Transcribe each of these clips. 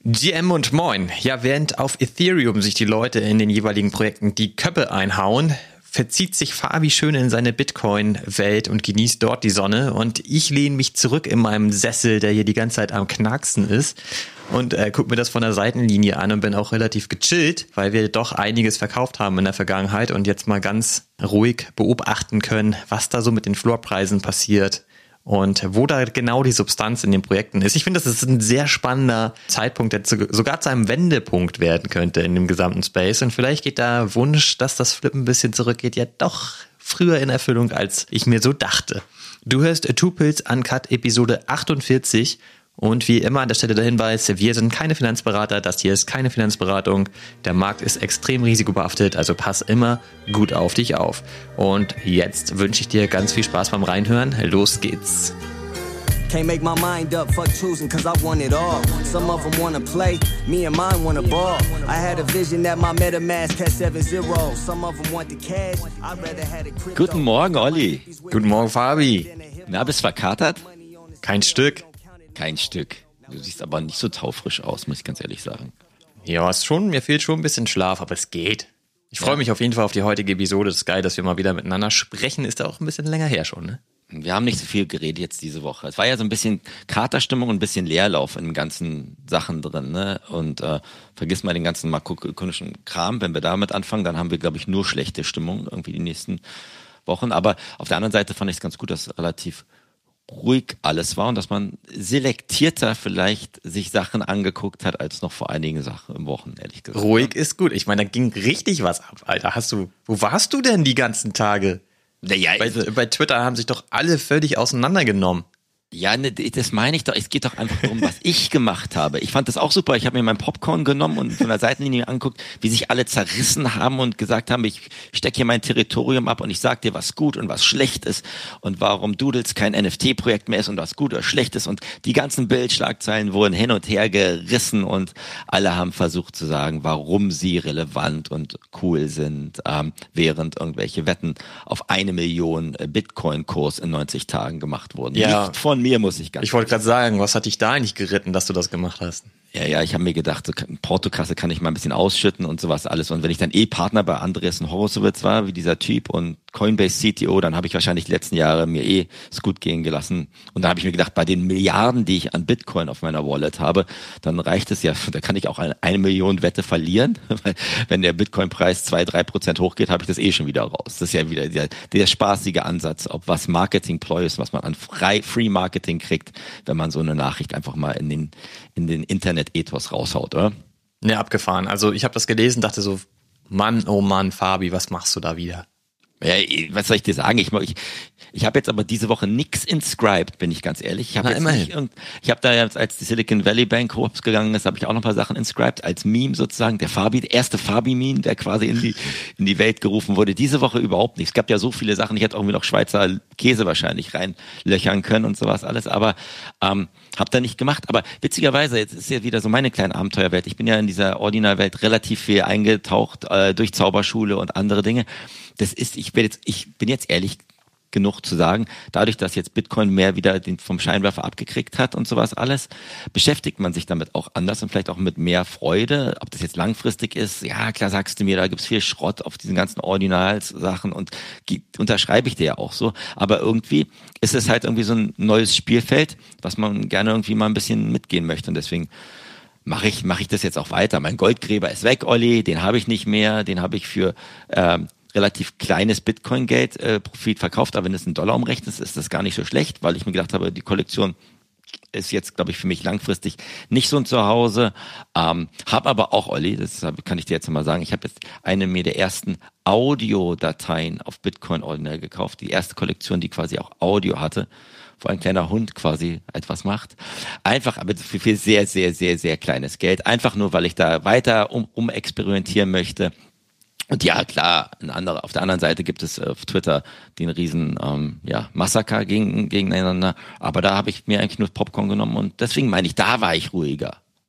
GM und Moin. Ja, während auf Ethereum sich die Leute in den jeweiligen Projekten die Köpfe einhauen, verzieht sich Fabi schön in seine Bitcoin-Welt und genießt dort die Sonne. Und ich lehne mich zurück in meinem Sessel, der hier die ganze Zeit am Knacksen ist, und gucke mir das von der Seitenlinie an und bin auch relativ gechillt, weil wir doch einiges verkauft haben in der Vergangenheit und jetzt mal ganz ruhig beobachten können, was da so mit den Floorpreisen passiert und wo da genau die Substanz in den Projekten ist. Ich finde, das ist ein sehr spannender Zeitpunkt, der sogar zu einem Wendepunkt werden könnte in dem gesamten Space. Und vielleicht geht der Wunsch, dass das Flip ein bisschen zurückgeht, ja doch früher in Erfüllung, als ich mir so dachte. Du hörst Two Pills Uncut Episode 48. Und wie immer an der Stelle der Hinweis, wir sind keine Finanzberater, das hier ist keine Finanzberatung. Der Markt ist extrem risikobehaftet, also pass immer gut auf dich auf. Und jetzt wünsche ich dir ganz viel Spaß beim Reinhören. Los geht's. Can't make my mind up, fuck choosing, cause I want it all. Some of them wanna play, me and mine wanna ball. I had a vision that my MetaMask had 7 zeros. Some of them want the cash, I'd rather had a crypto. Guten Morgen, Olli. Guten Morgen, Fabi. Na, bist verkatert? Kein Stück. Kein Stück. Du siehst aber nicht so taufrisch aus, muss ich ganz ehrlich sagen. Ja, mir fehlt schon ein bisschen Schlaf, aber es geht. Ich freue mich auf jeden Fall auf die heutige Episode. Es ist geil, dass wir mal wieder miteinander sprechen. Ist ja auch ein bisschen länger her schon, ne? Wir haben nicht so viel geredet jetzt diese Woche. Es war ja so ein bisschen Katerstimmung und ein bisschen Leerlauf in den ganzen Sachen drin, ne? Und vergiss mal den ganzen makroökonomischen Kram. Wenn wir damit anfangen, dann haben wir, glaube ich, nur schlechte Stimmung irgendwie die nächsten Wochen. Aber auf der anderen Seite fand ich es ganz gut, dass relativ ruhig alles war und dass man selektierter vielleicht sich Sachen angeguckt hat, als noch vor einigen Sachen im Wochen, ehrlich gesagt. Ruhig ist gut. Ich meine, da ging richtig was ab, Alter. Wo warst du denn die ganzen Tage? Naja, bei Twitter haben sich doch alle völlig auseinandergenommen. Ja, ne, das meine ich doch. Es geht doch einfach darum, was ich gemacht habe. Ich fand das auch super. Ich habe mir mein Popcorn genommen und von der Seitenlinie angeguckt, wie sich alle zerrissen haben und gesagt haben, ich stecke hier mein Territorium ab und ich sag dir, was gut und was schlecht ist und warum Doodles kein NFT-Projekt mehr ist und was gut oder schlecht ist. Und die ganzen Bildschlagzeilen wurden hin und her gerissen und alle haben versucht zu sagen, warum sie relevant und cool sind, während irgendwelche Wetten auf 1 Million Bitcoin-Kurs in 90 Tagen gemacht wurden. Ja. Nicht von mir, muss ich ganz Ich wollte gerade sagen, was hat dich da eigentlich geritten, dass du das gemacht hast? Ja, ich habe mir gedacht, so Portokasse kann ich mal ein bisschen ausschütten und sowas alles. Und wenn ich dann Partner bei Andreessen Horowitz war, wie dieser Typ und Coinbase CTO, dann habe ich wahrscheinlich die letzten Jahre mir es gut gehen gelassen. Und da habe ich mir gedacht, bei den Milliarden, die ich an Bitcoin auf meiner Wallet habe, dann reicht es ja, da kann ich auch eine 1 Million Wette verlieren. Weil wenn der Bitcoin-Preis 2-3% hochgeht, habe ich das schon wieder raus. Das ist ja wieder der spaßige Ansatz, ob was Marketing-Ploy ist, was man an Free-Marketing kriegt, wenn man so eine Nachricht einfach mal in den Internet-Ethos raushaut, oder? Ja, abgefahren. Also ich habe das gelesen, dachte so, Mann, oh Mann, Fabi, was machst du da wieder? Ja, was soll ich dir sagen? Ich habe jetzt aber diese Woche nix inscribed, bin ich ganz ehrlich. Ich habe da jetzt, als die Silicon Valley Bank hops gegangen ist, habe ich auch noch ein paar Sachen inscribed, als Meme sozusagen, der erste Fabi-Meme, der quasi in die Welt gerufen wurde. Diese Woche überhaupt nicht. Es gab ja so viele Sachen, ich hätte irgendwie noch Schweizer Käse wahrscheinlich reinlöchern können und sowas alles, aber hab da nicht gemacht. Aber witzigerweise, jetzt ist ja wieder so meine kleine Abenteuerwelt. Ich bin ja in dieser Ordinal-Welt relativ viel eingetaucht, durch Zauberschule und andere Dinge. Ich bin jetzt ehrlich genug zu sagen, dadurch, dass jetzt Bitcoin mehr wieder vom Scheinwerfer abgekriegt hat und sowas alles, beschäftigt man sich damit auch anders und vielleicht auch mit mehr Freude. Ob das jetzt langfristig ist, ja klar sagst du mir, da gibt's viel Schrott auf diesen ganzen Ordinals-Sachen und unterschreibe ich dir ja auch so, aber irgendwie ist es halt irgendwie so ein neues Spielfeld, was man gerne irgendwie mal ein bisschen mitgehen möchte und deswegen mache ich das jetzt auch weiter. Mein Goldgräber ist weg, Olli, den habe ich nicht mehr, den habe ich für relativ kleines Bitcoin-Geld Profit verkauft, aber wenn es in Dollar umrechnest, ist das gar nicht so schlecht, weil ich mir gedacht habe, die Kollektion ist jetzt, glaube ich, für mich langfristig nicht so ein Zuhause. Hab aber auch, Olli, das kann ich dir jetzt mal sagen, ich habe jetzt eine mir der ersten Audiodateien auf Bitcoin Ordinal gekauft, die erste Kollektion, die quasi auch Audio hatte, wo ein kleiner Hund quasi etwas macht. Einfach, aber für sehr, sehr, sehr, sehr kleines Geld. Einfach nur, weil ich da weiter experimentieren möchte. Und ja, klar, auf der anderen Seite gibt es auf Twitter den riesen Massaker gegeneinander. Aber da habe ich mir eigentlich nur Popcorn genommen und deswegen meine ich, da war ich ruhiger.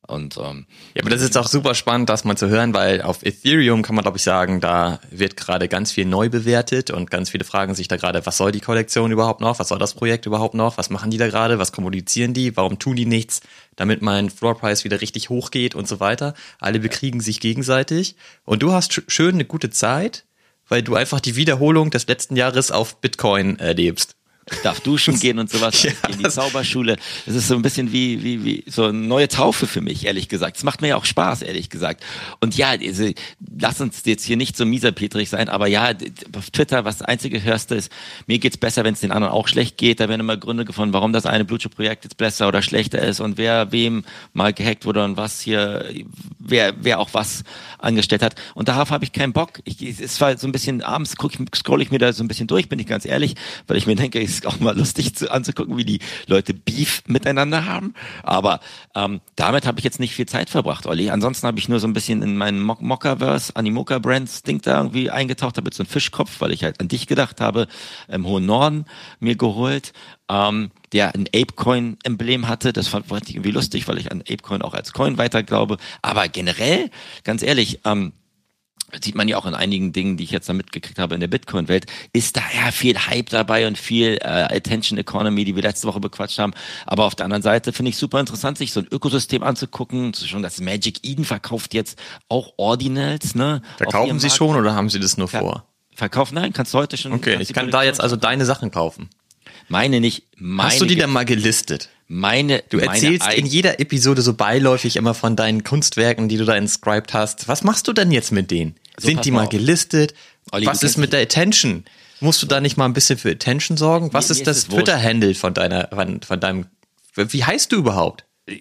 Und ja, aber das ist auch super spannend, das mal zu hören, weil auf Ethereum kann man, glaube ich, sagen, da wird gerade ganz viel neu bewertet und ganz viele fragen sich da gerade, was soll die Kollektion überhaupt noch, was soll das Projekt überhaupt noch, was machen die da gerade, was kommunizieren die, warum tun die nichts, damit mein Floorpreis wieder richtig hochgeht und so weiter. Alle bekriegen sich gegenseitig und du hast schön eine gute Zeit, weil du einfach die Wiederholung des letzten Jahres auf Bitcoin erlebst. Ich darf duschen gehen und sowas, ja, ich gehe in die Zauberschule. Das ist so ein bisschen wie so eine neue Taufe für mich, ehrlich gesagt. Es macht mir ja auch Spaß, ehrlich gesagt. Und ja, lass uns jetzt hier nicht so mieserpetrig sein, aber ja, auf Twitter, was das einzige Hörste ist, mir geht's besser, wenn es den anderen auch schlecht geht. Da werden immer Gründe gefunden, warum das eine Blue-Chip-Projekt jetzt besser oder schlechter ist und wer wem mal gehackt wurde und was hier, wer auch was angestellt hat. Und darauf habe ich keinen Bock. Es war so ein bisschen, abends scroll ich mir da so ein bisschen durch, bin ich ganz ehrlich, weil ich mir denke, ist auch mal lustig anzugucken, wie die Leute Beef miteinander haben. Aber damit habe ich jetzt nicht viel Zeit verbracht, Olli. Ansonsten habe ich nur so ein bisschen in meinen Mockaverse, Animoca Brands Ding da irgendwie eingetaucht, habe jetzt so einen Fischkopf, weil ich halt an dich gedacht habe, im hohen Norden mir geholt, der ein Apecoin-Emblem hatte. Das fand ich irgendwie lustig, weil ich an Apecoin auch als Coin weiter glaube. Aber generell, ganz ehrlich, sieht man ja auch in einigen Dingen, die ich jetzt da mitgekriegt habe in der Bitcoin-Welt, ist da ja viel Hype dabei und viel Attention Economy, die wir letzte Woche bequatscht haben. Aber auf der anderen Seite finde ich super interessant, sich so ein Ökosystem anzugucken. Schon das Magic Eden verkauft jetzt auch Ordinals. Ne, verkaufen sie schon oder haben sie das nur vor? Verkaufen? Nein, kannst du heute schon. Okay, ich kann da jetzt also deine Sachen kaufen. Meine nicht. Hast du die dann mal gelistet? Du erzählst in jeder Episode so beiläufig immer von deinen Kunstwerken, die du da inscribed hast. Was machst du denn jetzt mit denen? So, sind die mal gelistet? Olli, was ist mit der Attention? Musst du da nicht mal ein bisschen für Attention sorgen? Was ist das Twitter-Handle von deinem, wie heißt du überhaupt?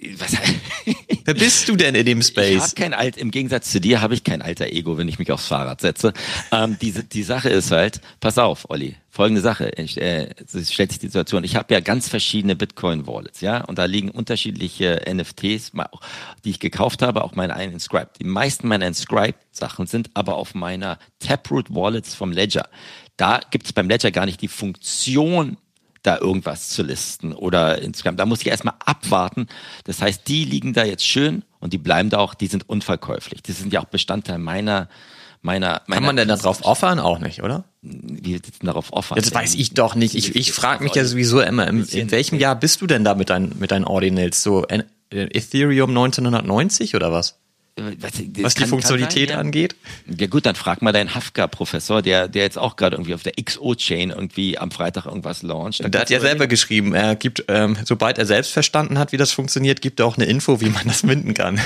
Wer bist du denn in dem Space? Im Gegensatz zu dir habe ich kein alter Ego, wenn ich mich aufs Fahrrad setze. Die Sache ist halt, pass auf, Olli, folgende Sache, stellt sich die Situation, ich habe ja ganz verschiedene Bitcoin-Wallets, ja, und da liegen unterschiedliche NFTs, die ich gekauft habe, auch meine einen Inscribed. Die meisten meiner Inscribed-Sachen sind aber auf meiner Taproot-Wallets vom Ledger. Da gibt es beim Ledger gar nicht die Funktion, da irgendwas zu listen oder Instagram. Da muss ich erstmal abwarten. Das heißt, die liegen da jetzt schön und die bleiben da auch, die sind unverkäuflich. Die sind ja auch Bestandteil meiner. Kann man denn da drauf offern? Auch nicht, oder? Wie sitzen darauf offern? Das weiß ich doch nicht. Ich frage mich ja sowieso immer, in welchem Jahr bist du denn da mit deinen Ordinals? So Ethereum 1990 oder was? Was die Funktionalität angeht? Ja gut, dann frag mal deinen Hafka-Professor, der jetzt auch gerade irgendwie auf der XO-Chain irgendwie am Freitag irgendwas launcht. Der hat ja selber geschrieben, er gibt, sobald er selbst verstanden hat, wie das funktioniert, gibt er auch eine Info, wie man das minden kann.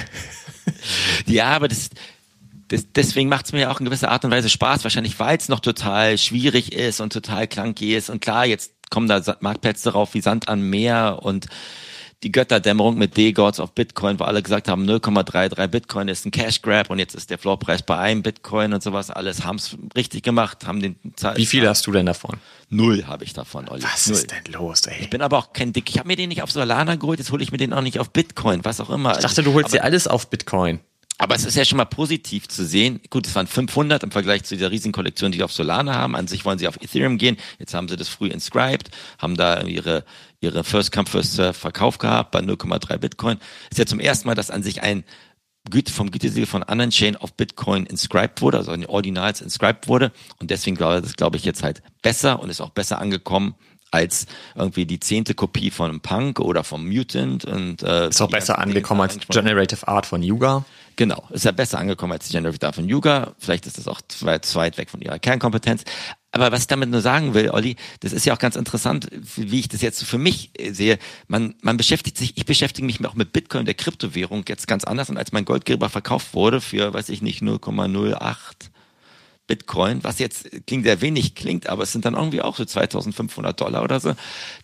Ja, aber deswegen macht es mir ja auch in gewisser Art und Weise Spaß, wahrscheinlich weil es noch total schwierig ist und total clunky ist. Und klar, jetzt kommen da Marktplätze drauf wie Sand am Meer und die Götterdämmerung mit D-Gods auf Bitcoin, wo alle gesagt haben, 0,33 Bitcoin ist ein Cash Grab und jetzt ist der Floorpreis bei einem Bitcoin und sowas. Alles haben es richtig gemacht, haben den. Wie viel hast du denn davon? 0 habe ich davon, Olli. Was ist denn los, ey? Ich bin aber auch kein Dick. Ich habe mir den nicht auf Solana geholt, jetzt hole ich mir den auch nicht auf Bitcoin, was auch immer. Ich dachte, du holst dir alles auf Bitcoin. Aber es ist ja schon mal positiv zu sehen. Gut, es waren 500 im Vergleich zu dieser riesigen Kollektion, die auf Solana haben. An sich wollen sie auf Ethereum gehen. Jetzt haben sie das früh inscribed, haben da ihre First Come First Serve Verkauf gehabt bei 0,3 Bitcoin. Ist ja zum ersten Mal, dass an sich ein vom Gütesiegel von anderen Chain auf Bitcoin inscribed wurde, also in den Ordinals inscribed wurde. Und deswegen glaube ich jetzt halt besser und ist auch besser angekommen als irgendwie die 10. Kopie von einem Punk oder vom Mutant. Und ist auch besser angekommen als Generative Art von Yuga. Genau, ist ja besser angekommen als die Generative Art von Yuga. Vielleicht ist das auch zu weit weg von ihrer Kernkompetenz. Aber was ich damit nur sagen will, Olli, das ist ja auch ganz interessant, wie ich das jetzt so für mich sehe. Ich beschäftige mich auch mit Bitcoin, der Kryptowährung, jetzt ganz anders. Und als mein Goldgräber verkauft wurde für, weiß ich nicht, 0,08 Bitcoin, was jetzt klingt sehr wenig klingt, aber es sind dann irgendwie auch so $2.500 oder so,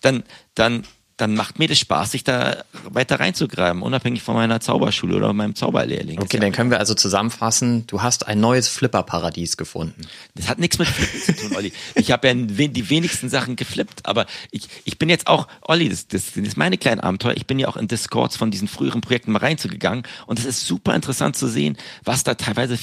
dann macht mir das Spaß, sich da weiter reinzugreifen, unabhängig von meiner Zauberschule oder meinem Zauberlehrling. Okay, dann können wir also zusammenfassen, du hast ein neues Flipper-Paradies gefunden. Das hat nichts mit Flippen zu tun, Olli. Ich habe ja die wenigsten Sachen geflippt, aber ich bin jetzt auch, Olli, das ist meine kleine Abenteuer, ich bin ja auch in Discords von diesen früheren Projekten mal reinzugegangen und es ist super interessant zu sehen, was da teilweise für ein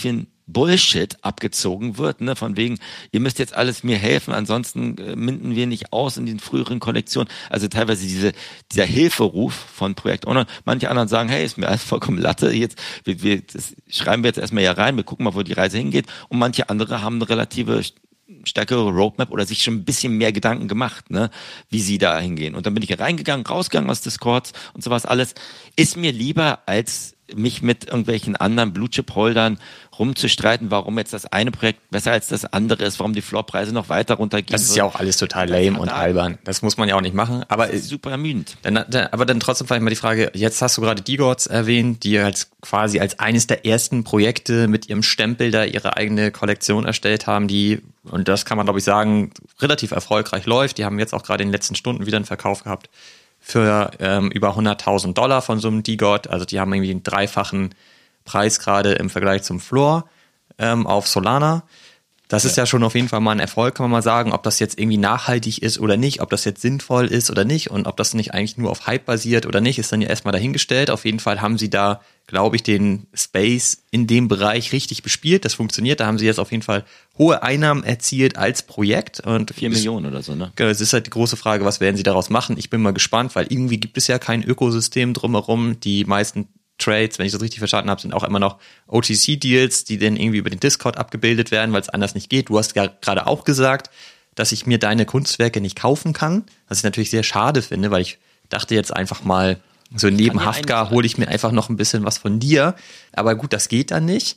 Bullshit abgezogen wird, ne, von wegen, ihr müsst jetzt alles mir helfen, ansonsten minden wir nicht aus in den früheren Kollektionen. Also teilweise dieser Hilferuf von Projekt Owner. Manche anderen sagen, hey, ist mir alles vollkommen Latte, jetzt das schreiben wir jetzt erstmal hier rein, wir gucken mal, wo die Reise hingeht. Und manche andere haben eine relative stärkere Roadmap oder sich schon ein bisschen mehr Gedanken gemacht, ne, wie sie da hingehen. Und dann bin ich reingegangen, rausgegangen aus Discords und sowas alles. Ist mir lieber, als mich mit irgendwelchen anderen Blue-Chip-Holdern rumzustreiten, warum jetzt das eine Projekt besser als das andere ist, warum die Floorpreise noch weiter runtergehen. Das ist ja auch alles total lame und albern. Das muss man ja auch nicht machen. Aber das ist super ermüdend. Aber dann trotzdem vielleicht mal die Frage, jetzt hast du gerade DeGods erwähnt, die als quasi als eines der ersten Projekte mit ihrem Stempel da ihre eigene Kollektion erstellt haben, die, und das kann man glaube ich sagen, relativ erfolgreich läuft. Die haben jetzt auch gerade in den letzten Stunden wieder einen Verkauf gehabt für über $100.000 von so einem DeGod. Also die haben irgendwie einen dreifachen Preis gerade im Vergleich zum Floor auf Solana. Das ist ja schon auf jeden Fall mal ein Erfolg, kann man mal sagen, ob das jetzt irgendwie nachhaltig ist oder nicht, ob das jetzt sinnvoll ist oder nicht und ob das nicht eigentlich nur auf Hype basiert oder nicht, ist dann ja erstmal dahingestellt. Auf jeden Fall haben sie da, glaube ich, den Space in dem Bereich richtig bespielt. Das funktioniert. Da haben sie jetzt auf jeden Fall hohe Einnahmen erzielt als Projekt. Und 4 Millionen oder so, ne? Genau, es ist halt die große Frage, was werden sie daraus machen? Ich bin mal gespannt, weil irgendwie gibt es ja kein Ökosystem drumherum. Die meisten Trades, wenn ich das richtig verstanden habe, sind auch immer noch OTC-Deals, die dann irgendwie über den Discord abgebildet werden, weil es anders nicht geht. Du hast ja gerade auch gesagt, dass ich mir deine Kunstwerke nicht kaufen kann, was ich natürlich sehr schade finde, weil ich dachte jetzt einfach mal, so neben Hafgar hole ich mir einfach noch ein bisschen was von dir. Aber gut, das geht dann nicht.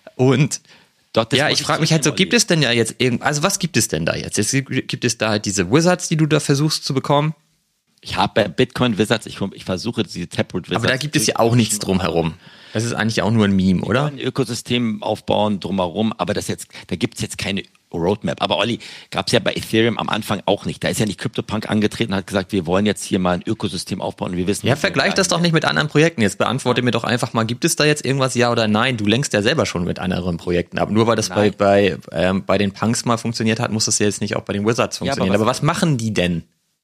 Und ja, ich frage mich halt so, gibt es denn ja jetzt also was gibt es denn da jetzt? Jetzt gibt es da halt diese Wizards, die du da versuchst zu bekommen? Ich habe bei Bitcoin Wizards, ich versuche diese Taproot Wizards. Aber da gibt es ja auch nichts drumherum. Das ist eigentlich auch nur ein Meme, oder? Ein Ökosystem aufbauen drumherum, aber da gibt es jetzt keine Roadmap. Aber Olli, gab es ja bei Ethereum am Anfang auch nicht. Da ist ja nicht CryptoPunk angetreten und hat gesagt, wir wollen jetzt hier mal ein Ökosystem aufbauen und wir wissen. Ja, vergleich das doch nicht mit anderen Projekten. Jetzt beantworte mir doch einfach mal, gibt es da jetzt irgendwas, ja oder nein? Du lenkst ja selber schon mit anderen Projekten ab. Nur weil das bei den Punks mal funktioniert hat, muss das ja jetzt nicht auch bei den Wizards funktionieren. Ja, aber was machen die denn?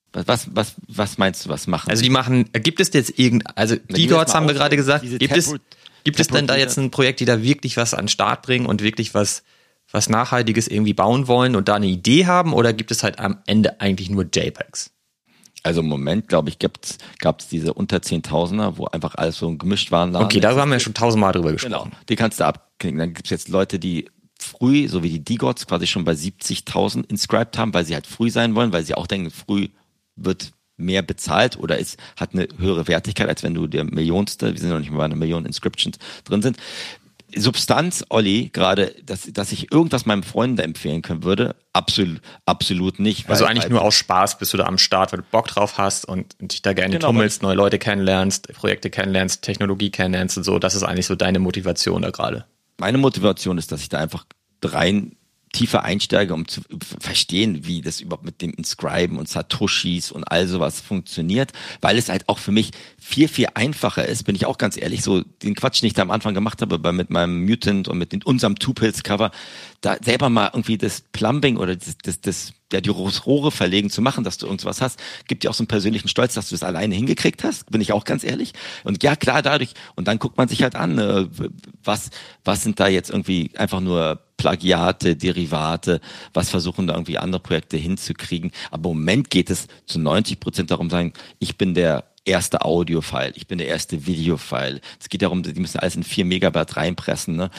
Was meinst du, was machen? Also gibt es jetzt DeGods haben wir gerade gesagt, gibt es denn da jetzt ein Projekt, die da wirklich was an den Start bringen und wirklich was Nachhaltiges irgendwie bauen wollen und da eine Idee haben, oder gibt es halt am Ende eigentlich nur JPEGs? Also im Moment, glaube ich, gab es diese unter 10.000er, wo einfach alles so gemischt waren. Okay, darüber haben wir schon 1000-mal drüber gesprochen. Genau, die kannst du abknicken. Dann gibt es jetzt Leute, die früh, so wie die DeGods, quasi schon bei 70.000 inscribed haben, weil sie halt früh sein wollen, weil sie auch denken, früh wird mehr bezahlt oder hat eine höhere Wertigkeit, als wenn du der Millionste, wir sind noch nicht mal bei einer Million Inscriptions drin sind. Substanz, Olli, gerade, dass ich irgendwas meinem Freund empfehlen können würde, absolut nicht. Also eigentlich nur aus Spaß bist du da am Start, weil du Bock drauf hast und dich da gerne tummelst, neue Leute kennenlernst, Projekte kennenlernst, Technologie kennenlernst und so. Das ist eigentlich so deine Motivation da gerade. Meine Motivation ist, dass ich da einfach rein tiefer einsteige, um zu verstehen, wie das überhaupt mit dem Inscriben und Satoshis und all sowas funktioniert, weil es halt auch für mich viel, viel einfacher ist, bin ich auch ganz ehrlich, so den Quatsch, den ich da am Anfang gemacht habe, mit meinem Mutant und mit unserem Two-Pills-Cover, da selber mal irgendwie das Plumbing oder die Rohre verlegen zu machen, dass du irgendwas hast, gibt dir auch so einen persönlichen Stolz, dass du das alleine hingekriegt hast, bin ich auch ganz ehrlich. Und ja, klar, dadurch, und dann guckt man sich halt an, was sind da jetzt irgendwie einfach nur Plagiate, Derivate, was versuchen da irgendwie andere Projekte hinzukriegen. Aber im Moment geht es zu 90% darum, sagen, ich bin der erste Audio-File, ich bin der erste Video-File. Es geht darum, die müssen alles in 4 Megabyte reinpressen. Ne?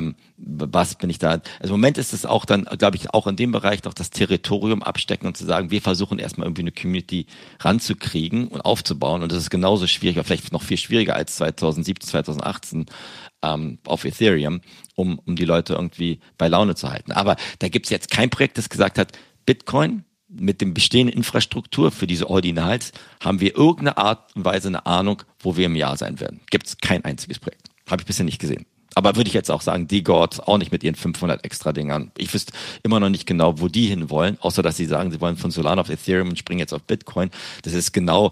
Was bin ich da? Also im Moment ist es auch dann, glaube ich, auch in dem Bereich noch das Territorium abstecken und zu sagen, wir versuchen erstmal irgendwie eine Community ranzukriegen und aufzubauen. Und das ist genauso schwierig, oder vielleicht noch viel schwieriger als 2017, 2018 auf Ethereum, um die Leute irgendwie bei Laune zu halten. Aber da gibt es jetzt kein Projekt, das gesagt hat, Bitcoin mit dem bestehenden Infrastruktur für diese Ordinals haben wir irgendeine Art und Weise eine Ahnung, wo wir im Jahr sein werden. Gibt es kein einziges Projekt. Habe ich bisher nicht gesehen. Aber würde ich jetzt auch sagen, DeGods auch nicht mit ihren 500 extra Dingern. Ich wüsste immer noch nicht genau, wo die hin wollen, außer dass sie sagen, sie wollen von Solana auf Ethereum und springen jetzt auf Bitcoin. Das ist genau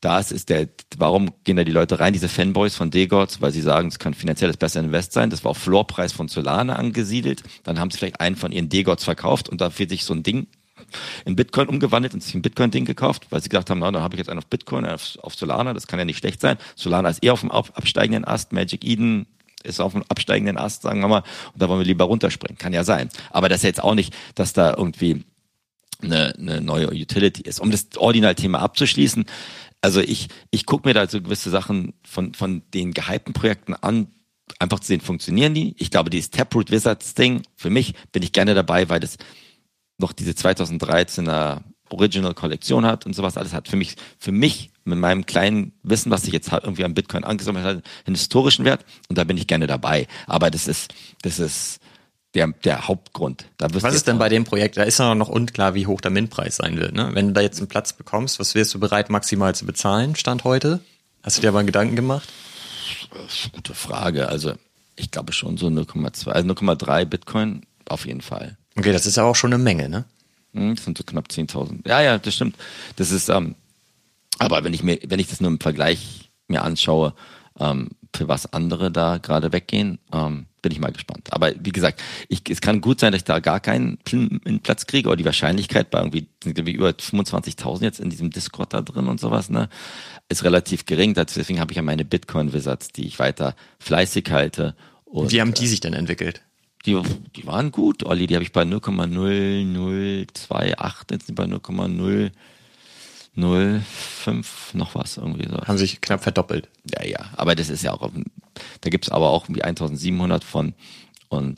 warum gehen da die Leute rein, diese Fanboys von DeGods, weil sie sagen, es kann finanziell das beste Invest sein. Das war auf Floorpreis von Solana angesiedelt. Dann haben sie vielleicht einen von ihren DeGods verkauft und dafür sich so ein Ding in Bitcoin umgewandelt und sich ein Bitcoin-Ding gekauft, weil sie gedacht haben, dann habe ich jetzt einen auf Bitcoin, einen auf Solana, das kann ja nicht schlecht sein. Solana ist eher auf dem absteigenden Ast, Magic Eden ist auf einem absteigenden Ast, sagen wir mal, und da wollen wir lieber runterspringen. Kann ja sein. Aber das ist jetzt auch nicht, dass da irgendwie eine neue Utility ist. Um das Ordinal-Thema abzuschließen, also ich gucke mir da so gewisse Sachen von den gehypten Projekten an, einfach zu sehen, funktionieren die? Ich glaube, dieses Taproot Wizards Ding, für mich bin ich gerne dabei, weil das noch diese 2013er Original-Kollektion hat und sowas alles hat. Für mich mit meinem kleinen Wissen, was ich jetzt irgendwie am Bitcoin angesammelt habe, einen historischen Wert und da bin ich gerne dabei. Aber das ist der Hauptgrund. Was ist denn bei dem Projekt? Da ist noch unklar, wie hoch der Mintpreis sein wird. Ne? Wenn du da jetzt einen Platz bekommst, was wärst du bereit maximal zu bezahlen, Stand heute? Hast du dir aber einen Gedanken gemacht? Gute Frage. Also ich glaube schon so 0,2, also 0,3 Bitcoin auf jeden Fall. Okay, das ist aber auch schon eine Menge, ne? Das sind so knapp 10.000. Ja, das stimmt. Das ist, aber wenn ich das nur im Vergleich mir anschaue, für was andere da gerade weggehen, bin ich mal gespannt. Aber wie gesagt, es kann gut sein, dass ich da gar keinen Platz kriege, oder die Wahrscheinlichkeit bei irgendwie über 25.000 jetzt in diesem Discord da drin und sowas, ne, ist relativ gering. Deswegen habe ich ja meine Bitcoin-Wizards, die ich weiter fleißig halte. Und, wie haben die sich denn entwickelt? Die waren gut, Olli, die habe ich bei 0,0028, jetzt sind bei 0,005 noch was irgendwie so. Haben sich knapp verdoppelt. Ja, aber das ist ja auch, da gibt's aber auch irgendwie 1.700 von und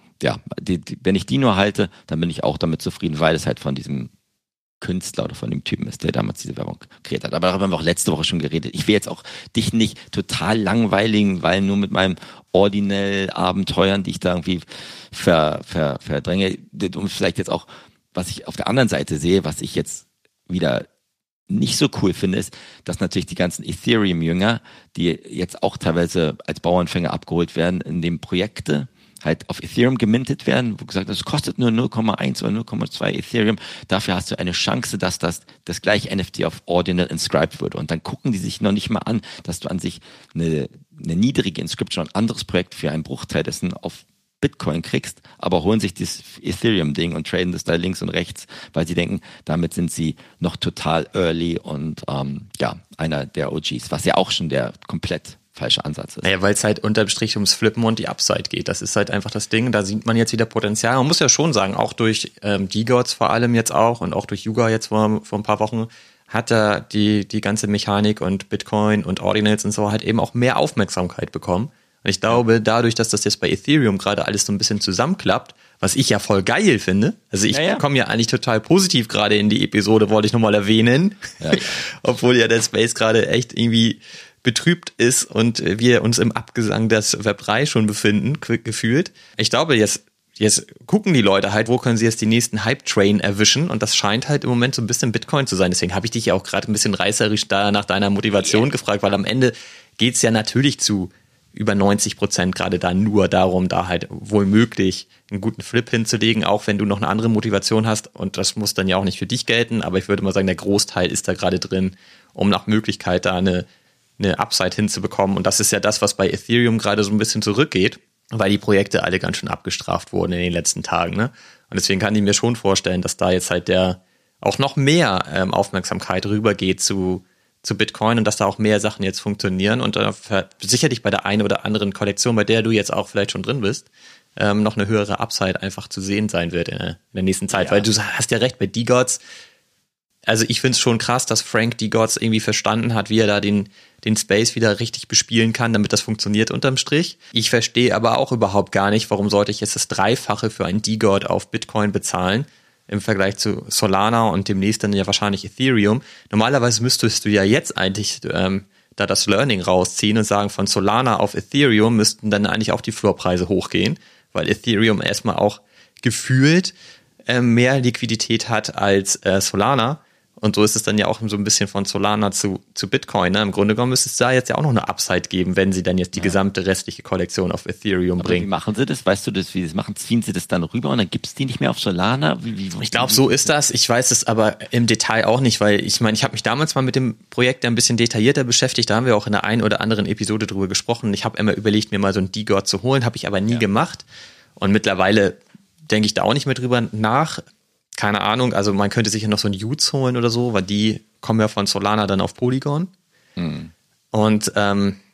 wenn ich die nur halte, dann bin ich auch damit zufrieden, weil es halt von diesem Künstler oder von dem Typen ist, der damals diese Werbung kreiert hat. Aber darüber haben wir auch letzte Woche schon geredet. Ich will jetzt auch dich nicht total langweiligen, weil nur mit meinem Ordinal-Abenteuern, die ich da irgendwie verdränge, und vielleicht jetzt auch, was ich auf der anderen Seite sehe, was ich jetzt wieder nicht so cool finde, ist, dass natürlich die ganzen Ethereum-Jünger, die jetzt auch teilweise als Bauernfänger abgeholt werden, in dem Projekte halt auf Ethereum gemintet werden, wo gesagt, das kostet nur 0,1 oder 0,2 Ethereum, dafür hast du eine Chance, dass das gleiche NFT auf Ordinal inscribed wird. Und dann gucken die sich noch nicht mal an, dass du an sich eine niedrige Inscription, ein anderes Projekt für einen Bruchteil dessen auf Bitcoin kriegst, aber holen sich das Ethereum-Ding und traden das da links und rechts, weil sie denken, damit sind sie noch total early und einer der OGs, was ja auch schon der komplett falsche Ansatz ist. Naja, weil es halt unterm Strich ums Flippen und die Upside geht. Das ist halt einfach das Ding. Da sieht man jetzt wieder Potenzial. Man muss ja schon sagen, auch durch DeGods vor allem jetzt auch und auch durch Yuga jetzt vor ein paar Wochen hat er die ganze Mechanik und Bitcoin und Ordinals und so halt eben auch mehr Aufmerksamkeit bekommen. Und ich glaube, dadurch, dass das jetzt bei Ethereum gerade alles so ein bisschen zusammenklappt, was ich ja voll geil finde, also ich komme ja eigentlich total positiv gerade in die Episode, wollte ich nochmal erwähnen, obwohl ja der Space gerade echt irgendwie betrübt ist und wir uns im Abgesang des Web3 schon befinden, gefühlt. Ich glaube, jetzt gucken die Leute halt, wo können sie jetzt die nächsten Hype-Train erwischen und das scheint halt im Moment so ein bisschen Bitcoin zu sein. Deswegen habe ich dich ja auch gerade ein bisschen reißerisch da nach deiner Motivation gefragt, weil am Ende geht's ja natürlich zu über 90% gerade da nur darum, da halt wohl möglich einen guten Flip hinzulegen, auch wenn du noch eine andere Motivation hast und das muss dann ja auch nicht für dich gelten, aber ich würde mal sagen, der Großteil ist da gerade drin, um nach Möglichkeit da eine Upside hinzubekommen und das ist ja das, was bei Ethereum gerade so ein bisschen zurückgeht, weil die Projekte alle ganz schön abgestraft wurden in den letzten Tagen, ne? Und deswegen kann ich mir schon vorstellen, dass da jetzt halt auch noch mehr Aufmerksamkeit rübergeht zu Bitcoin und dass da auch mehr Sachen jetzt funktionieren und sicherlich bei der einen oder anderen Kollektion, bei der du jetzt auch vielleicht schon drin bist, noch eine höhere Upside einfach zu sehen sein wird in der nächsten Zeit. Ja. Weil du hast ja recht, bei DeGods, also ich finde es schon krass, dass Frank DeGods irgendwie verstanden hat, wie er da den Space wieder richtig bespielen kann, damit das funktioniert unterm Strich. Ich verstehe aber auch überhaupt gar nicht, warum sollte ich jetzt das Dreifache für einen DeGod auf Bitcoin bezahlen, im Vergleich zu Solana und demnächst dann ja wahrscheinlich Ethereum. Normalerweise müsstest du ja jetzt eigentlich da das Learning rausziehen und sagen, von Solana auf Ethereum müssten dann eigentlich auch die Floorpreise hochgehen, weil Ethereum erstmal auch gefühlt mehr Liquidität hat als Solana. Und so ist es dann ja auch so ein bisschen von Solana zu Bitcoin. Ne? Im Grunde genommen müsste es da jetzt ja auch noch eine Upside geben, wenn sie dann jetzt die gesamte restliche Kollektion auf Ethereum bringen. Wie machen sie das? Weißt du das, wie sie das machen? Ziehen sie das dann rüber und dann gibt es die nicht mehr auf Solana? Ich glaube, so ist das. Ich weiß es aber im Detail auch nicht, weil ich meine, ich habe mich damals mal mit dem Projekt ein bisschen detaillierter beschäftigt. Da haben wir auch in der einen oder anderen Episode drüber gesprochen. Ich habe immer überlegt, mir mal so einen DeGod zu holen, habe ich aber nie gemacht. Und mittlerweile denke ich da auch nicht mehr drüber nach. Keine Ahnung, also man könnte sich ja noch so einen Utes holen oder so, weil die kommen ja von Solana dann auf Polygon. Und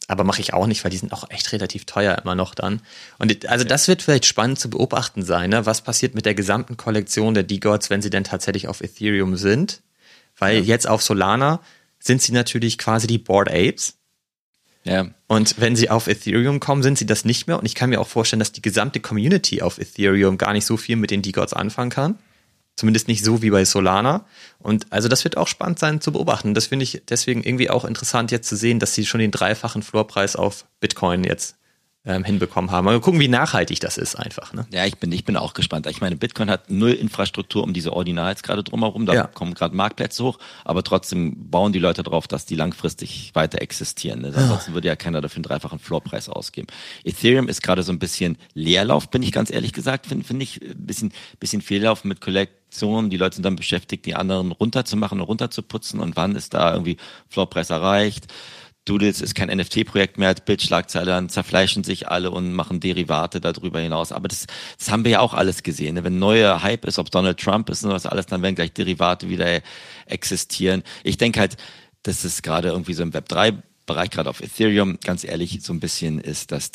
Aber mache ich auch nicht, weil die sind auch echt relativ teuer immer noch dann. Und also das wird vielleicht spannend zu beobachten sein, ne? Was passiert mit der gesamten Kollektion der DeGods, wenn sie denn tatsächlich auf Ethereum sind? Weil jetzt auf Solana sind sie natürlich quasi die Bored Apes. Ja. Und wenn sie auf Ethereum kommen, sind sie das nicht mehr. Und ich kann mir auch vorstellen, dass die gesamte Community auf Ethereum gar nicht so viel mit den DeGods anfangen kann. Zumindest nicht so wie bei Solana. Und also das wird auch spannend sein zu beobachten. Das finde ich deswegen irgendwie auch interessant jetzt zu sehen, dass sie schon den 3-fachen Floorpreis auf Bitcoin jetzt hinbekommen haben. Mal gucken, wie nachhaltig das ist einfach. Ne? Ja, ich bin auch gespannt. Ich meine, Bitcoin hat null Infrastruktur um diese Ordinals gerade drumherum. Da kommen gerade Marktplätze hoch, aber trotzdem bauen die Leute darauf, dass die langfristig weiter existieren. Ne? Ansonsten würde ja keiner dafür einen 3-fachen Floorpreis ausgeben. Ethereum ist gerade so ein bisschen Leerlauf, bin ich ganz ehrlich gesagt. Finde ich ein bisschen Fehlauf mit Kollektionen. Die Leute sind dann beschäftigt, die anderen runterzumachen und runterzuputzen. Und wann ist da irgendwie Floorpreis erreicht? Doodles ist kein NFT-Projekt mehr, als Bildschlagzeile, dann zerfleischen sich alle und machen Derivate darüber hinaus. Aber das haben wir ja auch alles gesehen. Ne? Wenn neuer Hype ist, ob Donald Trump ist und was alles, dann werden gleich Derivate wieder existieren. Ich denke halt, dass es gerade irgendwie so im Web3-Bereich, gerade auf Ethereum, ganz ehrlich, so ein bisschen ist, dass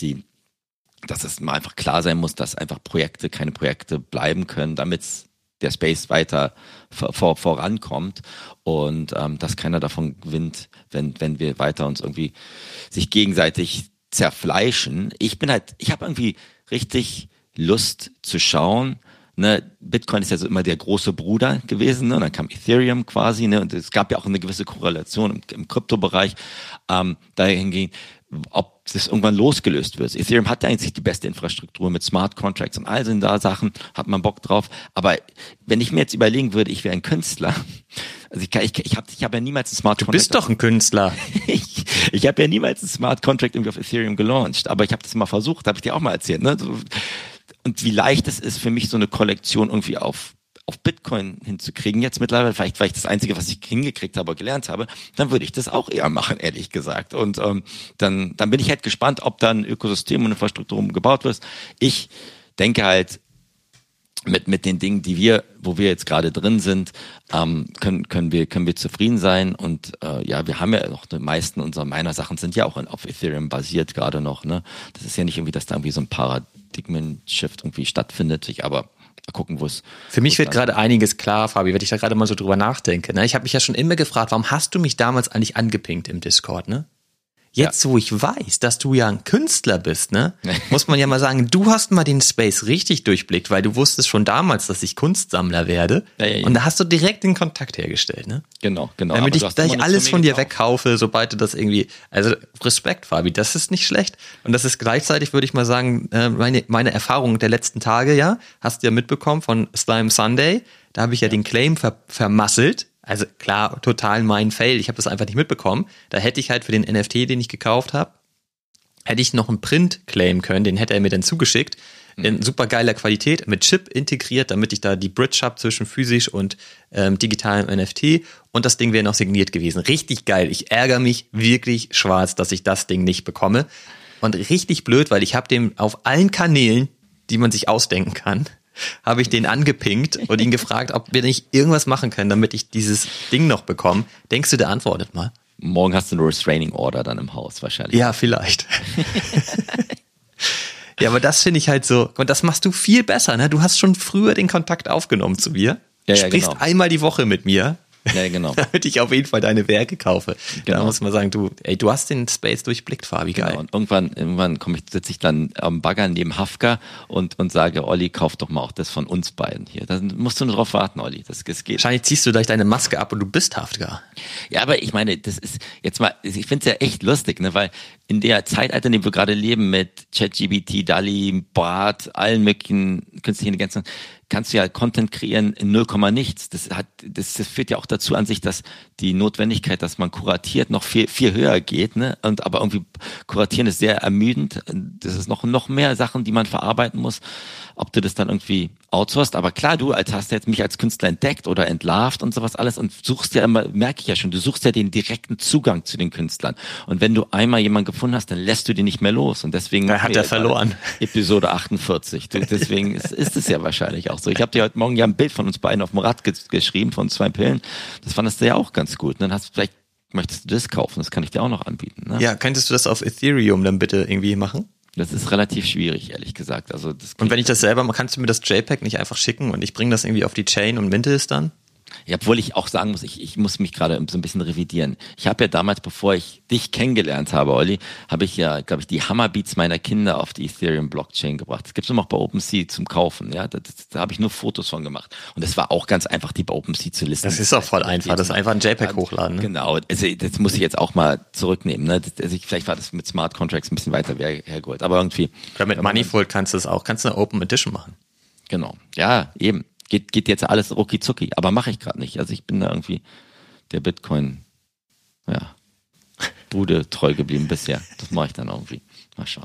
es mal einfach klar sein muss, dass einfach Projekte keine Projekte bleiben können, damit der Space weiter vorankommt und dass keiner davon gewinnt, wenn wir weiter uns irgendwie sich gegenseitig zerfleischen. Ich habe irgendwie richtig Lust zu schauen. Ne, Bitcoin ist ja so immer der große Bruder gewesen, ne? Und dann kam Ethereum quasi, ne? Und es gab ja auch eine gewisse Korrelation im Kryptobereich, dahingehend, ob das irgendwann losgelöst wird. Ethereum hat ja eigentlich die beste Infrastruktur mit Smart Contracts und all sind da Sachen, hat man Bock drauf. Aber wenn ich mir jetzt überlegen würde, ich wäre ein Künstler, also ich habe ja niemals ein Smart Contract. Du bist doch ein Künstler. Ich habe ja niemals ein Smart Contract irgendwie auf Ethereum gelauncht, aber ich habe das mal versucht, habe ich dir auch mal erzählt, ne? Und wie leicht es ist für mich, so eine Kollektion irgendwie auf Bitcoin hinzukriegen, jetzt mittlerweile, vielleicht war ich das Einzige, was ich hingekriegt habe, gelernt habe, dann würde ich das auch eher machen, ehrlich gesagt. Und dann bin ich halt gespannt, ob da ein Ökosystem und eine Infrastruktur gebaut wird. Ich denke halt, mit den Dingen, wo wir jetzt gerade drin sind, können wir zufrieden sein. Und wir haben ja noch die meisten unserer Miner-Sachen sind ja auch auf Ethereum basiert gerade noch. Ne? Das ist ja nicht irgendwie, dass da irgendwie so ein Paradigmen-Shift irgendwie stattfindet. Aber mal gucken, wo es. Für mich wird gerade einiges klar, Fabi, wenn ich da gerade mal so drüber nachdenke. Ne? Ich habe mich ja schon immer gefragt, warum hast du mich damals eigentlich angepinkt im Discord, ne? Jetzt, wo ich weiß, dass du ja ein Künstler bist, ne, muss man ja mal sagen, du hast mal den Space richtig durchblickt, weil du wusstest schon damals, dass ich Kunstsammler werde. Ja. Und da hast du direkt den Kontakt hergestellt, ne? Genau. Damit ich alles von dir wegkaufe, sobald du das irgendwie, also Respekt, Fabi, das ist nicht schlecht. Und das ist gleichzeitig, würde ich mal sagen, meine Erfahrung der letzten Tage, ja, hast du ja mitbekommen von Slime Sunday. Da habe ich ja den Claim vermasselt. Also klar, total mein Fail. Ich habe das einfach nicht mitbekommen. Da hätte ich halt für den NFT, den ich gekauft habe, hätte ich noch einen Print claimen können. Den hätte er mir dann zugeschickt. In super geiler Qualität, mit Chip integriert, damit ich da die Bridge habe zwischen physisch und digitalem NFT. Und das Ding wäre noch signiert gewesen. Richtig geil. Ich ärgere mich wirklich schwarz, dass ich das Ding nicht bekomme. Und richtig blöd, weil ich habe dem auf allen Kanälen, die man sich ausdenken kann, habe ich den angepinkt und ihn gefragt, ob wir nicht irgendwas machen können, damit ich dieses Ding noch bekomme. Denkst du, der antwortet mal? Morgen hast du eine Restraining Order dann im Haus wahrscheinlich. Ja, vielleicht. Ja, aber das finde ich halt so, und das machst du viel besser, ne? Du hast schon früher den Kontakt aufgenommen zu mir. Ja, sprichst einmal die Woche mit mir. Ja, genau. Damit ich auf jeden Fall deine Werke kaufe. Genau. Da muss man sagen, du hast den Space durchblickt, Fabi, geil. Genau. Und irgendwann sitze ich dann am Bagger neben Hafka und sage, Olli, kauf doch mal auch das von uns beiden hier. Da musst du nur drauf warten, Olli. Das geht. Wahrscheinlich ziehst du gleich deine Maske ab und du bist Hafka. Ja, aber ich meine, das ist jetzt mal, ich finde es ja echt lustig, ne, weil in der Zeitalter, in dem wir gerade leben mit ChatGPT, DALL-E, Bart, allen möglichen künstlichen Intelligenzen, kannst du ja Content kreieren in 0, nichts. Das führt ja auch dazu an sich, dass die Notwendigkeit, dass man kuratiert, noch viel, viel höher geht, ne? Aber irgendwie kuratieren ist sehr ermüdend. Das ist noch mehr Sachen, die man verarbeiten muss. Ob du das dann irgendwie outsourcest. Aber klar, du hast jetzt mich als Künstler entdeckt oder entlarvt und sowas alles und suchst ja immer, merke ich ja schon, du suchst ja den direkten Zugang zu den Künstlern. Und wenn du einmal jemanden gefunden hast, dann lässt du den nicht mehr los. Und deswegen hat er verloren. Episode 48. Deswegen ist es ja wahrscheinlich auch so. Ich habe dir heute Morgen ja ein Bild von uns beiden auf dem Rad geschrieben, von 2 Pillen. Das fandest du ja auch ganz gut. Und dann hast du vielleicht möchtest du das kaufen? Das kann ich dir auch noch anbieten. Ne? Ja, könntest du das auf Ethereum dann bitte irgendwie machen? Das ist relativ schwierig, ehrlich gesagt. Also und wenn ich das selber mache, kannst du mir das JPEG nicht einfach schicken und ich bringe das irgendwie auf die Chain und minte es dann? Ja, obwohl ich auch sagen muss, ich muss mich gerade so ein bisschen revidieren. Ich habe ja damals, bevor ich dich kennengelernt habe, Olli, habe ich ja, glaube ich, die Hammerbeats meiner Kinder auf die Ethereum-Blockchain gebracht. Das gibt's nur noch bei OpenSea zum Kaufen. Ja, da habe ich nur Fotos von gemacht. Und das war auch ganz einfach, die bei OpenSea zu listen. Das ist auch voll einfach. Das ist einfach ein JPEG hochladen. Ne? Genau. Also das muss ich jetzt auch mal zurücknehmen. Ne? Also vielleicht war das mit Smart Contracts ein bisschen weiter hergeholt. Aber irgendwie. Ja, mit Manifold kannst du es auch. Kannst du eine Open Edition machen. Genau. Ja, eben. Geht jetzt alles rucki zucki, aber mache ich gerade nicht. Also ich bin da irgendwie der Bitcoin, Bude treu geblieben bisher. Das mache ich dann irgendwie. Mal schauen.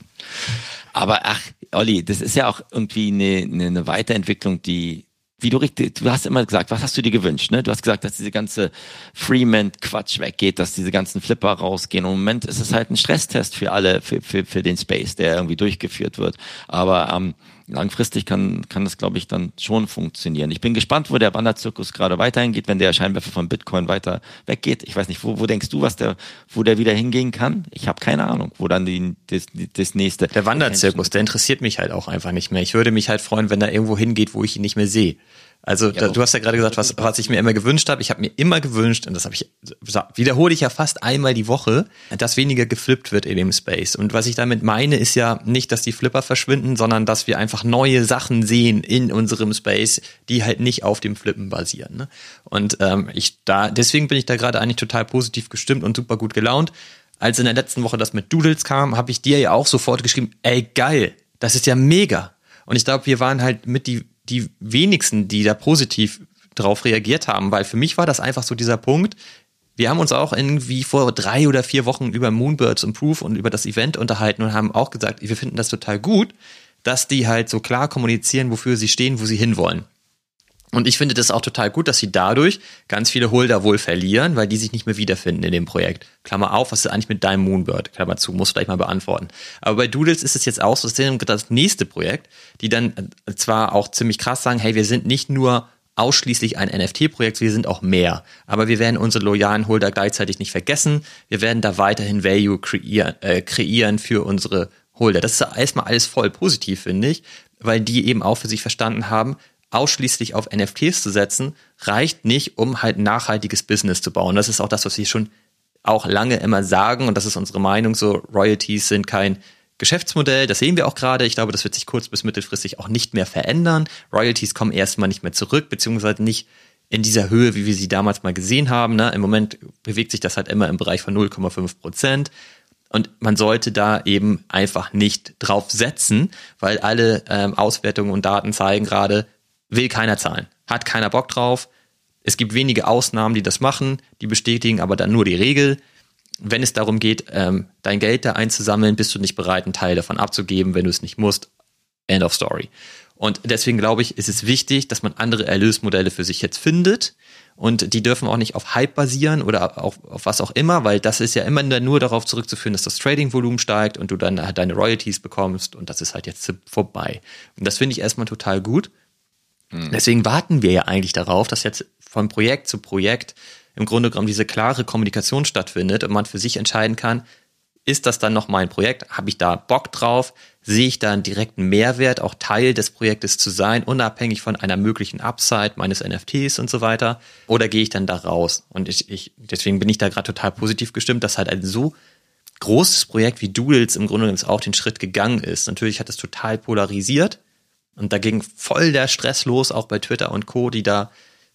Aber Olli, das ist ja auch irgendwie eine Weiterentwicklung, die, wie du hast immer gesagt, was hast du dir gewünscht, ne? Du hast gesagt, dass diese ganze Freeman-Quatsch weggeht, dass diese ganzen Flipper rausgehen. Und im Moment ist es halt ein Stresstest für alle, für den Space, der irgendwie durchgeführt wird. Aber langfristig kann das, glaube ich, dann schon funktionieren. Ich bin gespannt, wo der Wanderzirkus gerade weiterhin geht, wenn der Scheinwerfer von Bitcoin weiter weggeht. Ich weiß nicht, wo denkst du, wo der wieder hingehen kann? Ich habe keine Ahnung, wo dann das nächste... Der Wanderzirkus, der interessiert mich halt auch einfach nicht mehr. Ich würde mich halt freuen, wenn er irgendwo hingeht, wo ich ihn nicht mehr sehe. Also ja, du hast ja gerade gesagt, was ich mir immer gewünscht habe. Ich habe mir immer gewünscht, und das wiederhole ich ja fast einmal die Woche, dass weniger geflippt wird in dem Space. Und was ich damit meine, ist ja nicht, dass die Flipper verschwinden, sondern dass wir einfach neue Sachen sehen in unserem Space, die halt nicht auf dem Flippen basieren. Ne? Und deswegen bin ich da gerade eigentlich total positiv gestimmt und super gut gelaunt. Als in der letzten Woche das mit Doodles kam, habe ich dir ja auch sofort geschrieben, ey geil, das ist ja mega. Und ich glaube, wir waren halt mit die wenigsten, die da positiv drauf reagiert haben, weil für mich war das einfach so dieser Punkt, wir haben uns auch irgendwie vor 3 oder 4 Wochen über Moonbirds Improve und über das Event unterhalten und haben auch gesagt, wir finden das total gut, dass die halt so klar kommunizieren, wofür sie stehen, wo sie hinwollen. Und ich finde das auch total gut, dass sie dadurch ganz viele Holder wohl verlieren, weil die sich nicht mehr wiederfinden in dem Projekt. Klammer auf, was ist eigentlich mit deinem Moonbird? Klammer zu, muss vielleicht mal beantworten. Aber bei Doodles ist es jetzt auch so, das nächste Projekt, die dann zwar auch ziemlich krass sagen, hey, wir sind nicht nur ausschließlich ein NFT-Projekt, wir sind auch mehr. Aber wir werden unsere loyalen Holder gleichzeitig nicht vergessen. Wir werden da weiterhin Value kreieren für unsere Holder. Das ist erstmal alles voll positiv, finde ich, weil die eben auch für sich verstanden haben, ausschließlich auf NFTs zu setzen, reicht nicht, um halt nachhaltiges Business zu bauen. Das ist auch das, was wir schon auch lange immer sagen, und das ist unsere Meinung so, Royalties sind kein Geschäftsmodell, das sehen wir auch gerade. Ich glaube, das wird sich kurz- bis mittelfristig auch nicht mehr verändern. Royalties kommen erstmal nicht mehr zurück, beziehungsweise nicht in dieser Höhe, wie wir sie damals mal gesehen haben. Ne? Im Moment bewegt sich das halt immer im Bereich von 0,5%. Und man sollte da eben einfach nicht drauf setzen, weil alle Auswertungen und Daten zeigen gerade, will keiner zahlen, hat keiner Bock drauf. Es gibt wenige Ausnahmen, die das machen, die bestätigen aber dann nur die Regel. Wenn es darum geht, dein Geld da einzusammeln, bist du nicht bereit, einen Teil davon abzugeben, wenn du es nicht musst. End of story. Und deswegen glaube ich, ist es wichtig, dass man andere Erlösmodelle für sich jetzt findet. Und die dürfen auch nicht auf Hype basieren oder auf was auch immer, weil das ist ja immer nur darauf zurückzuführen, dass das Trading-Volumen steigt und du dann halt deine Royalties bekommst. Und das ist halt jetzt vorbei. Und das finde ich erstmal total gut. Deswegen warten wir ja eigentlich darauf, dass jetzt von Projekt zu Projekt im Grunde genommen diese klare Kommunikation stattfindet und man für sich entscheiden kann, ist das dann noch mein Projekt? Habe ich da Bock drauf? Sehe ich da einen direkten Mehrwert, auch Teil des Projektes zu sein, unabhängig von einer möglichen Upside meines NFTs und so weiter? Oder gehe ich dann da raus? Und deswegen bin ich da gerade total positiv gestimmt, dass halt ein so großes Projekt wie Doodles im Grunde genommen auch den Schritt gegangen ist. Natürlich hat es total polarisiert und da ging voll der Stress los, auch bei Twitter und Co., die da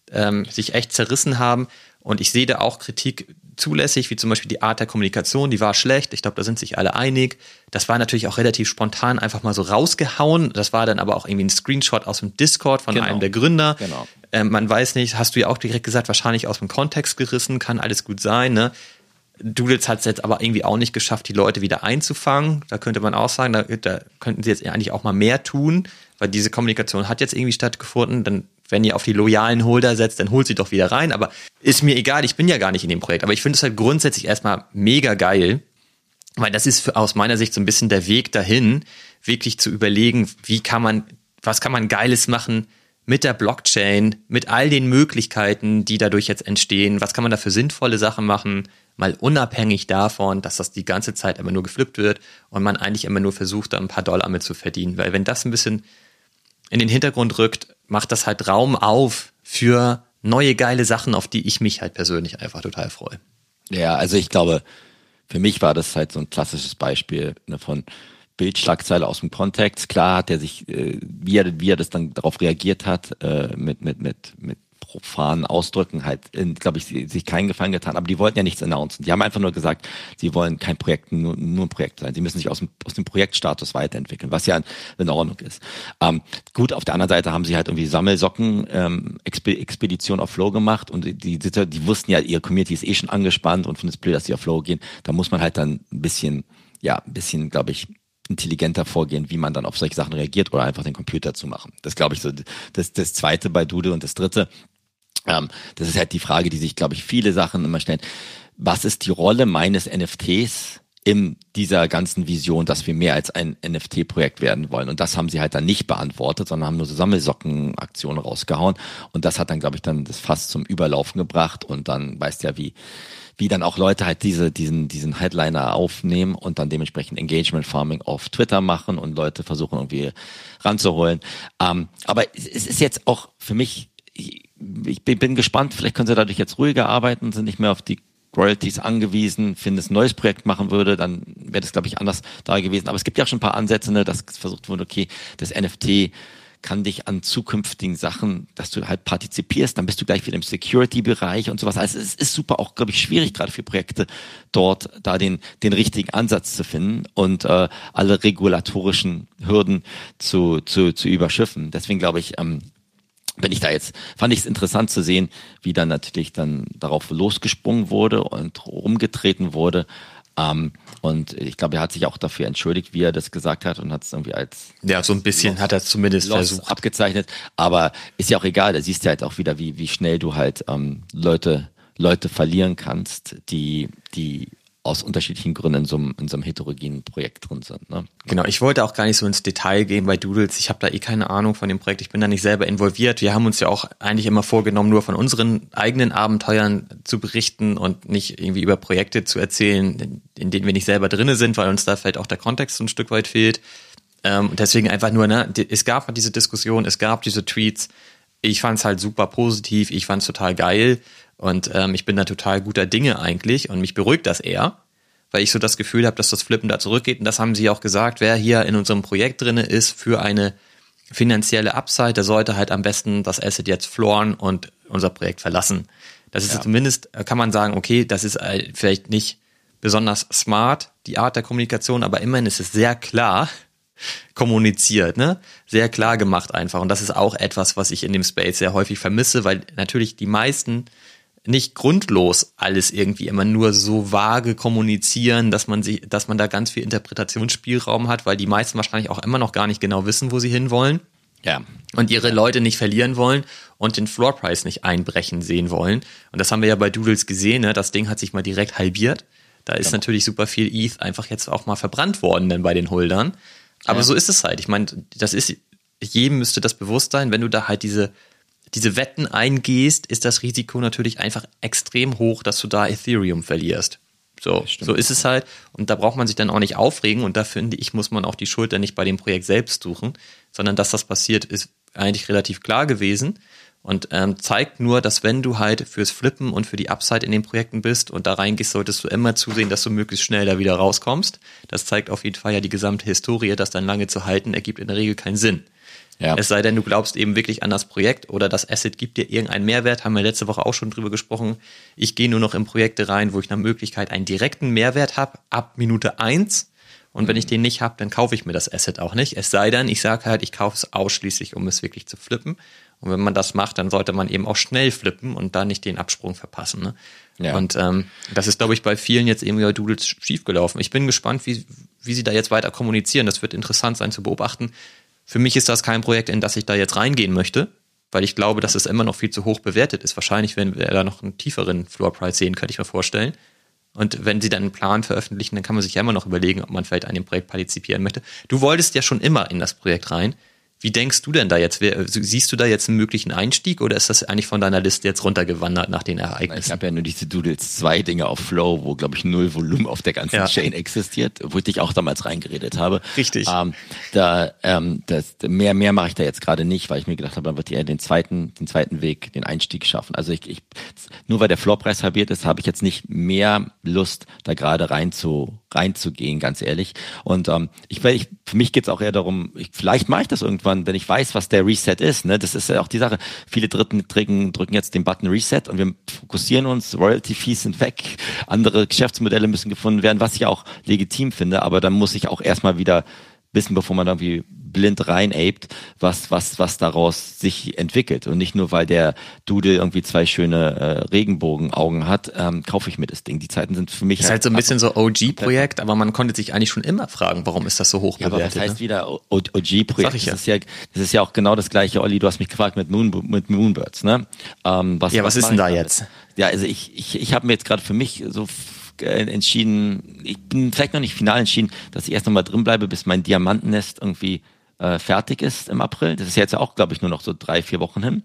sich echt zerrissen haben. Und ich sehe da auch Kritik zulässig, wie zum Beispiel die Art der Kommunikation, die war schlecht. Ich glaube, da sind sich alle einig. Das war natürlich auch relativ spontan einfach mal so rausgehauen. Das war dann aber auch irgendwie ein Screenshot aus dem Discord von einem der Gründer. Genau. Man weiß nicht, hast du ja auch direkt gesagt, wahrscheinlich aus dem Kontext gerissen, kann alles gut sein, ne? Doodles hat es jetzt aber irgendwie auch nicht geschafft, die Leute wieder einzufangen. Da könnte man auch sagen, da könnten sie jetzt eigentlich auch mal mehr tun, weil diese Kommunikation hat jetzt irgendwie stattgefunden. Dann, wenn ihr auf die loyalen Holder setzt, dann holt sie doch wieder rein. Aber ist mir egal, ich bin ja gar nicht in dem Projekt. Aber ich finde es halt grundsätzlich erstmal mega geil, weil das ist aus meiner Sicht so ein bisschen der Weg dahin, wirklich zu überlegen, was kann man Geiles machen mit der Blockchain, mit all den Möglichkeiten, die dadurch jetzt entstehen, was kann man da für sinnvolle Sachen machen, mal unabhängig davon, dass das die ganze Zeit immer nur geflippt wird und man eigentlich immer nur versucht, da ein paar Dollar mit zu verdienen. Weil wenn das ein bisschen in den Hintergrund rückt, macht das halt Raum auf für neue geile Sachen, auf die ich mich halt persönlich einfach total freue. Ja, also ich glaube, für mich war das halt so ein klassisches Beispiel von Bildschlagzeile aus dem Kontext. Klar hat er sich, wie er das dann darauf reagiert hat, mit profanen Ausdrücken halt, glaube ich, sich keinen Gefallen getan. Aber die wollten ja nichts announcen. Die haben einfach nur gesagt, sie wollen kein Projekt, nur ein Projekt sein. Sie müssen sich aus dem Projektstatus weiterentwickeln, was ja in Ordnung ist. Gut, auf der anderen Seite haben sie halt irgendwie Sammelsocken, Expedition auf Flow gemacht und die wussten ja, ihre Community ist schon angespannt und finden es blöd, dass sie auf Flow gehen. Da muss man halt dann ein bisschen, glaube ich, intelligenter vorgehen, wie man dann auf solche Sachen reagiert oder einfach den Computer zu machen. Das glaube ich so, das Zweite bei Doodle und das Dritte. Das ist halt die Frage, die sich, glaube ich, viele Sachen immer stellen. Was ist die Rolle meines NFTs in dieser ganzen Vision, dass wir mehr als ein NFT-Projekt werden wollen? Und das haben sie halt dann nicht beantwortet, sondern haben nur so Sammelsockenaktionen rausgehauen. Und das hat dann, glaube ich, dann das Fass zum Überlaufen gebracht. Und dann weißt du ja, wie dann auch Leute halt diesen Headliner aufnehmen und dann dementsprechend Engagement Farming auf Twitter machen und Leute versuchen irgendwie ranzuholen. Aber es ist jetzt auch für mich, ich bin gespannt, vielleicht können sie dadurch jetzt ruhiger arbeiten, sind nicht mehr auf die Royalties angewiesen. Wenn es ein neues Projekt machen würde, dann wäre das, glaube ich, anders da gewesen. Aber es gibt ja auch schon ein paar Ansätze, ne, dass versucht wurde, okay, das NFT kann dich an zukünftigen Sachen, dass du halt partizipierst, dann bist du gleich wieder im Security-Bereich und sowas. Also es ist super auch, glaube ich, schwierig, gerade für Projekte dort da den richtigen Ansatz zu finden und alle regulatorischen Hürden zu überschiffen. Deswegen glaube ich, fand ich es interessant zu sehen, wie dann natürlich dann darauf losgesprungen wurde und rumgetreten wurde. Und ich glaube, er hat sich auch dafür entschuldigt, wie er das gesagt hat und hat es irgendwie als... Ja, so ein bisschen hat er es zumindest versucht. Abgezeichnet, aber ist ja auch egal, da siehst du halt auch wieder, wie schnell du halt Leute verlieren kannst, die aus unterschiedlichen Gründen in so einem heterogenen Projekt drin sind. Ne? Genau, ich wollte auch gar nicht so ins Detail gehen bei Doodles. Ich habe da keine Ahnung von dem Projekt. Ich bin da nicht selber involviert. Wir haben uns ja auch eigentlich immer vorgenommen, nur von unseren eigenen Abenteuern zu berichten und nicht irgendwie über Projekte zu erzählen, in denen wir nicht selber drinne sind, weil uns da vielleicht auch der Kontext so ein Stück weit fehlt. Und deswegen einfach nur, es gab diese Diskussion, es gab diese Tweets. Ich fand es halt super positiv, ich fand es total geil. Und ich bin da total guter Dinge eigentlich und mich beruhigt das eher, weil ich so das Gefühl habe, dass das Flippen da zurückgeht. Und das haben sie auch gesagt, wer hier in unserem Projekt drinne ist für eine finanzielle Upside, der sollte halt am besten das Asset jetzt flooren und unser Projekt verlassen. Das ist zumindest, kann man sagen, okay, das ist vielleicht nicht besonders smart, die Art der Kommunikation, aber immerhin ist es sehr klar kommuniziert, ne? Sehr klar gemacht einfach. Und das ist auch etwas, was ich in dem Space sehr häufig vermisse, weil natürlich die meisten nicht grundlos alles irgendwie immer nur so vage kommunizieren, dass man da ganz viel Interpretationsspielraum hat, weil die meisten wahrscheinlich auch immer noch gar nicht genau wissen, wo sie hinwollen. Ja. Und ihre Leute nicht verlieren wollen und den Floorprice nicht einbrechen sehen wollen. Und das haben wir ja bei Doodles gesehen, ne? Das Ding hat sich mal direkt halbiert. Da ist natürlich super viel ETH einfach jetzt auch mal verbrannt worden dann bei den Holdern. Aber so ist es halt. Ich meine, jedem müsste das bewusst sein, wenn du da halt diese Wetten eingehst, ist das Risiko natürlich einfach extrem hoch, dass du da Ethereum verlierst. So ist es halt. Und da braucht man sich dann auch nicht aufregen. Und da finde ich, muss man auch die Schuld dann nicht bei dem Projekt selbst suchen, sondern dass das passiert, ist eigentlich relativ klar gewesen. Und zeigt nur, dass wenn du halt fürs Flippen und für die Upside in den Projekten bist und da reingehst, solltest du immer zusehen, dass du möglichst schnell da wieder rauskommst. Das zeigt auf jeden Fall ja die gesamte Historie, dass dann lange zu halten, ergibt in der Regel keinen Sinn. Ja. Es sei denn, du glaubst eben wirklich an das Projekt oder das Asset gibt dir irgendeinen Mehrwert, haben wir letzte Woche auch schon drüber gesprochen. Ich gehe nur noch in Projekte rein, wo ich nach Möglichkeit einen direkten Mehrwert habe, ab Minute 1. Und wenn ich den nicht habe, dann kaufe ich mir das Asset auch nicht. Es sei denn, ich sage halt, ich kaufe es ausschließlich, um es wirklich zu flippen. Und wenn man das macht, dann sollte man eben auch schnell flippen und da nicht den Absprung verpassen. Ne? Ja. Und das ist, glaube ich, bei vielen jetzt eben bei Doodles schiefgelaufen. Ich bin gespannt, wie sie da jetzt weiter kommunizieren. Das wird interessant sein zu beobachten. Für mich ist das kein Projekt, in das ich da jetzt reingehen möchte, weil ich glaube, dass es immer noch viel zu hoch bewertet ist. Wahrscheinlich werden wir da noch einen tieferen Floorprice sehen, könnte ich mir vorstellen. Und wenn sie dann einen Plan veröffentlichen, dann kann man sich ja immer noch überlegen, ob man vielleicht an dem Projekt partizipieren möchte. Du wolltest ja schon immer in das Projekt rein. Wie denkst du denn da jetzt? Siehst du da jetzt einen möglichen Einstieg oder ist das eigentlich von deiner Liste jetzt runtergewandert nach den Ereignissen? Ich habe ja nur diese Doodles 2 Dinge auf Flow, wo, glaube ich, 0 Volumen auf der ganzen Chain existiert, wo ich dich auch damals reingeredet habe. Richtig. Mehr mache ich da jetzt gerade nicht, weil ich mir gedacht habe, dann wird eher den zweiten Weg, den Einstieg schaffen. Also nur weil der Floorpreis halbiert ist, habe ich jetzt nicht mehr Lust, da gerade reinzugehen, ganz ehrlich. Und für mich geht's auch eher darum, vielleicht mache ich das irgendwann, wenn ich weiß, was der Reset ist. Ne? Das ist ja auch die Sache. Viele drücken jetzt den Button Reset und wir fokussieren uns, Royalty-Fees sind weg, andere Geschäftsmodelle müssen gefunden werden, was ich auch legitim finde, aber dann muss ich auch erstmal wieder wissen, bevor man irgendwie blind reinaped, was daraus sich entwickelt. Und nicht nur, weil der Doodle irgendwie 2 schöne Regenbogenaugen hat, kaufe ich mir das Ding. Die Zeiten sind für mich... Das ist halt so ein bisschen so OG-Projekt, aber man konnte sich eigentlich schon immer fragen, warum ist das so hoch bewertet? Aber was heißt wieder OG-Projekt? Das ist ja auch genau das gleiche, Olli, du hast mich gefragt mit Moonbirds, ne? Was ist denn da jetzt? Ja, also ich habe mir jetzt gerade für mich so entschieden, ich bin vielleicht noch nicht final entschieden, dass ich erst nochmal drin bleibe, bis mein Diamantennest irgendwie fertig ist im April. Das ist jetzt ja auch, glaube ich, nur noch so 3-4 Wochen hin.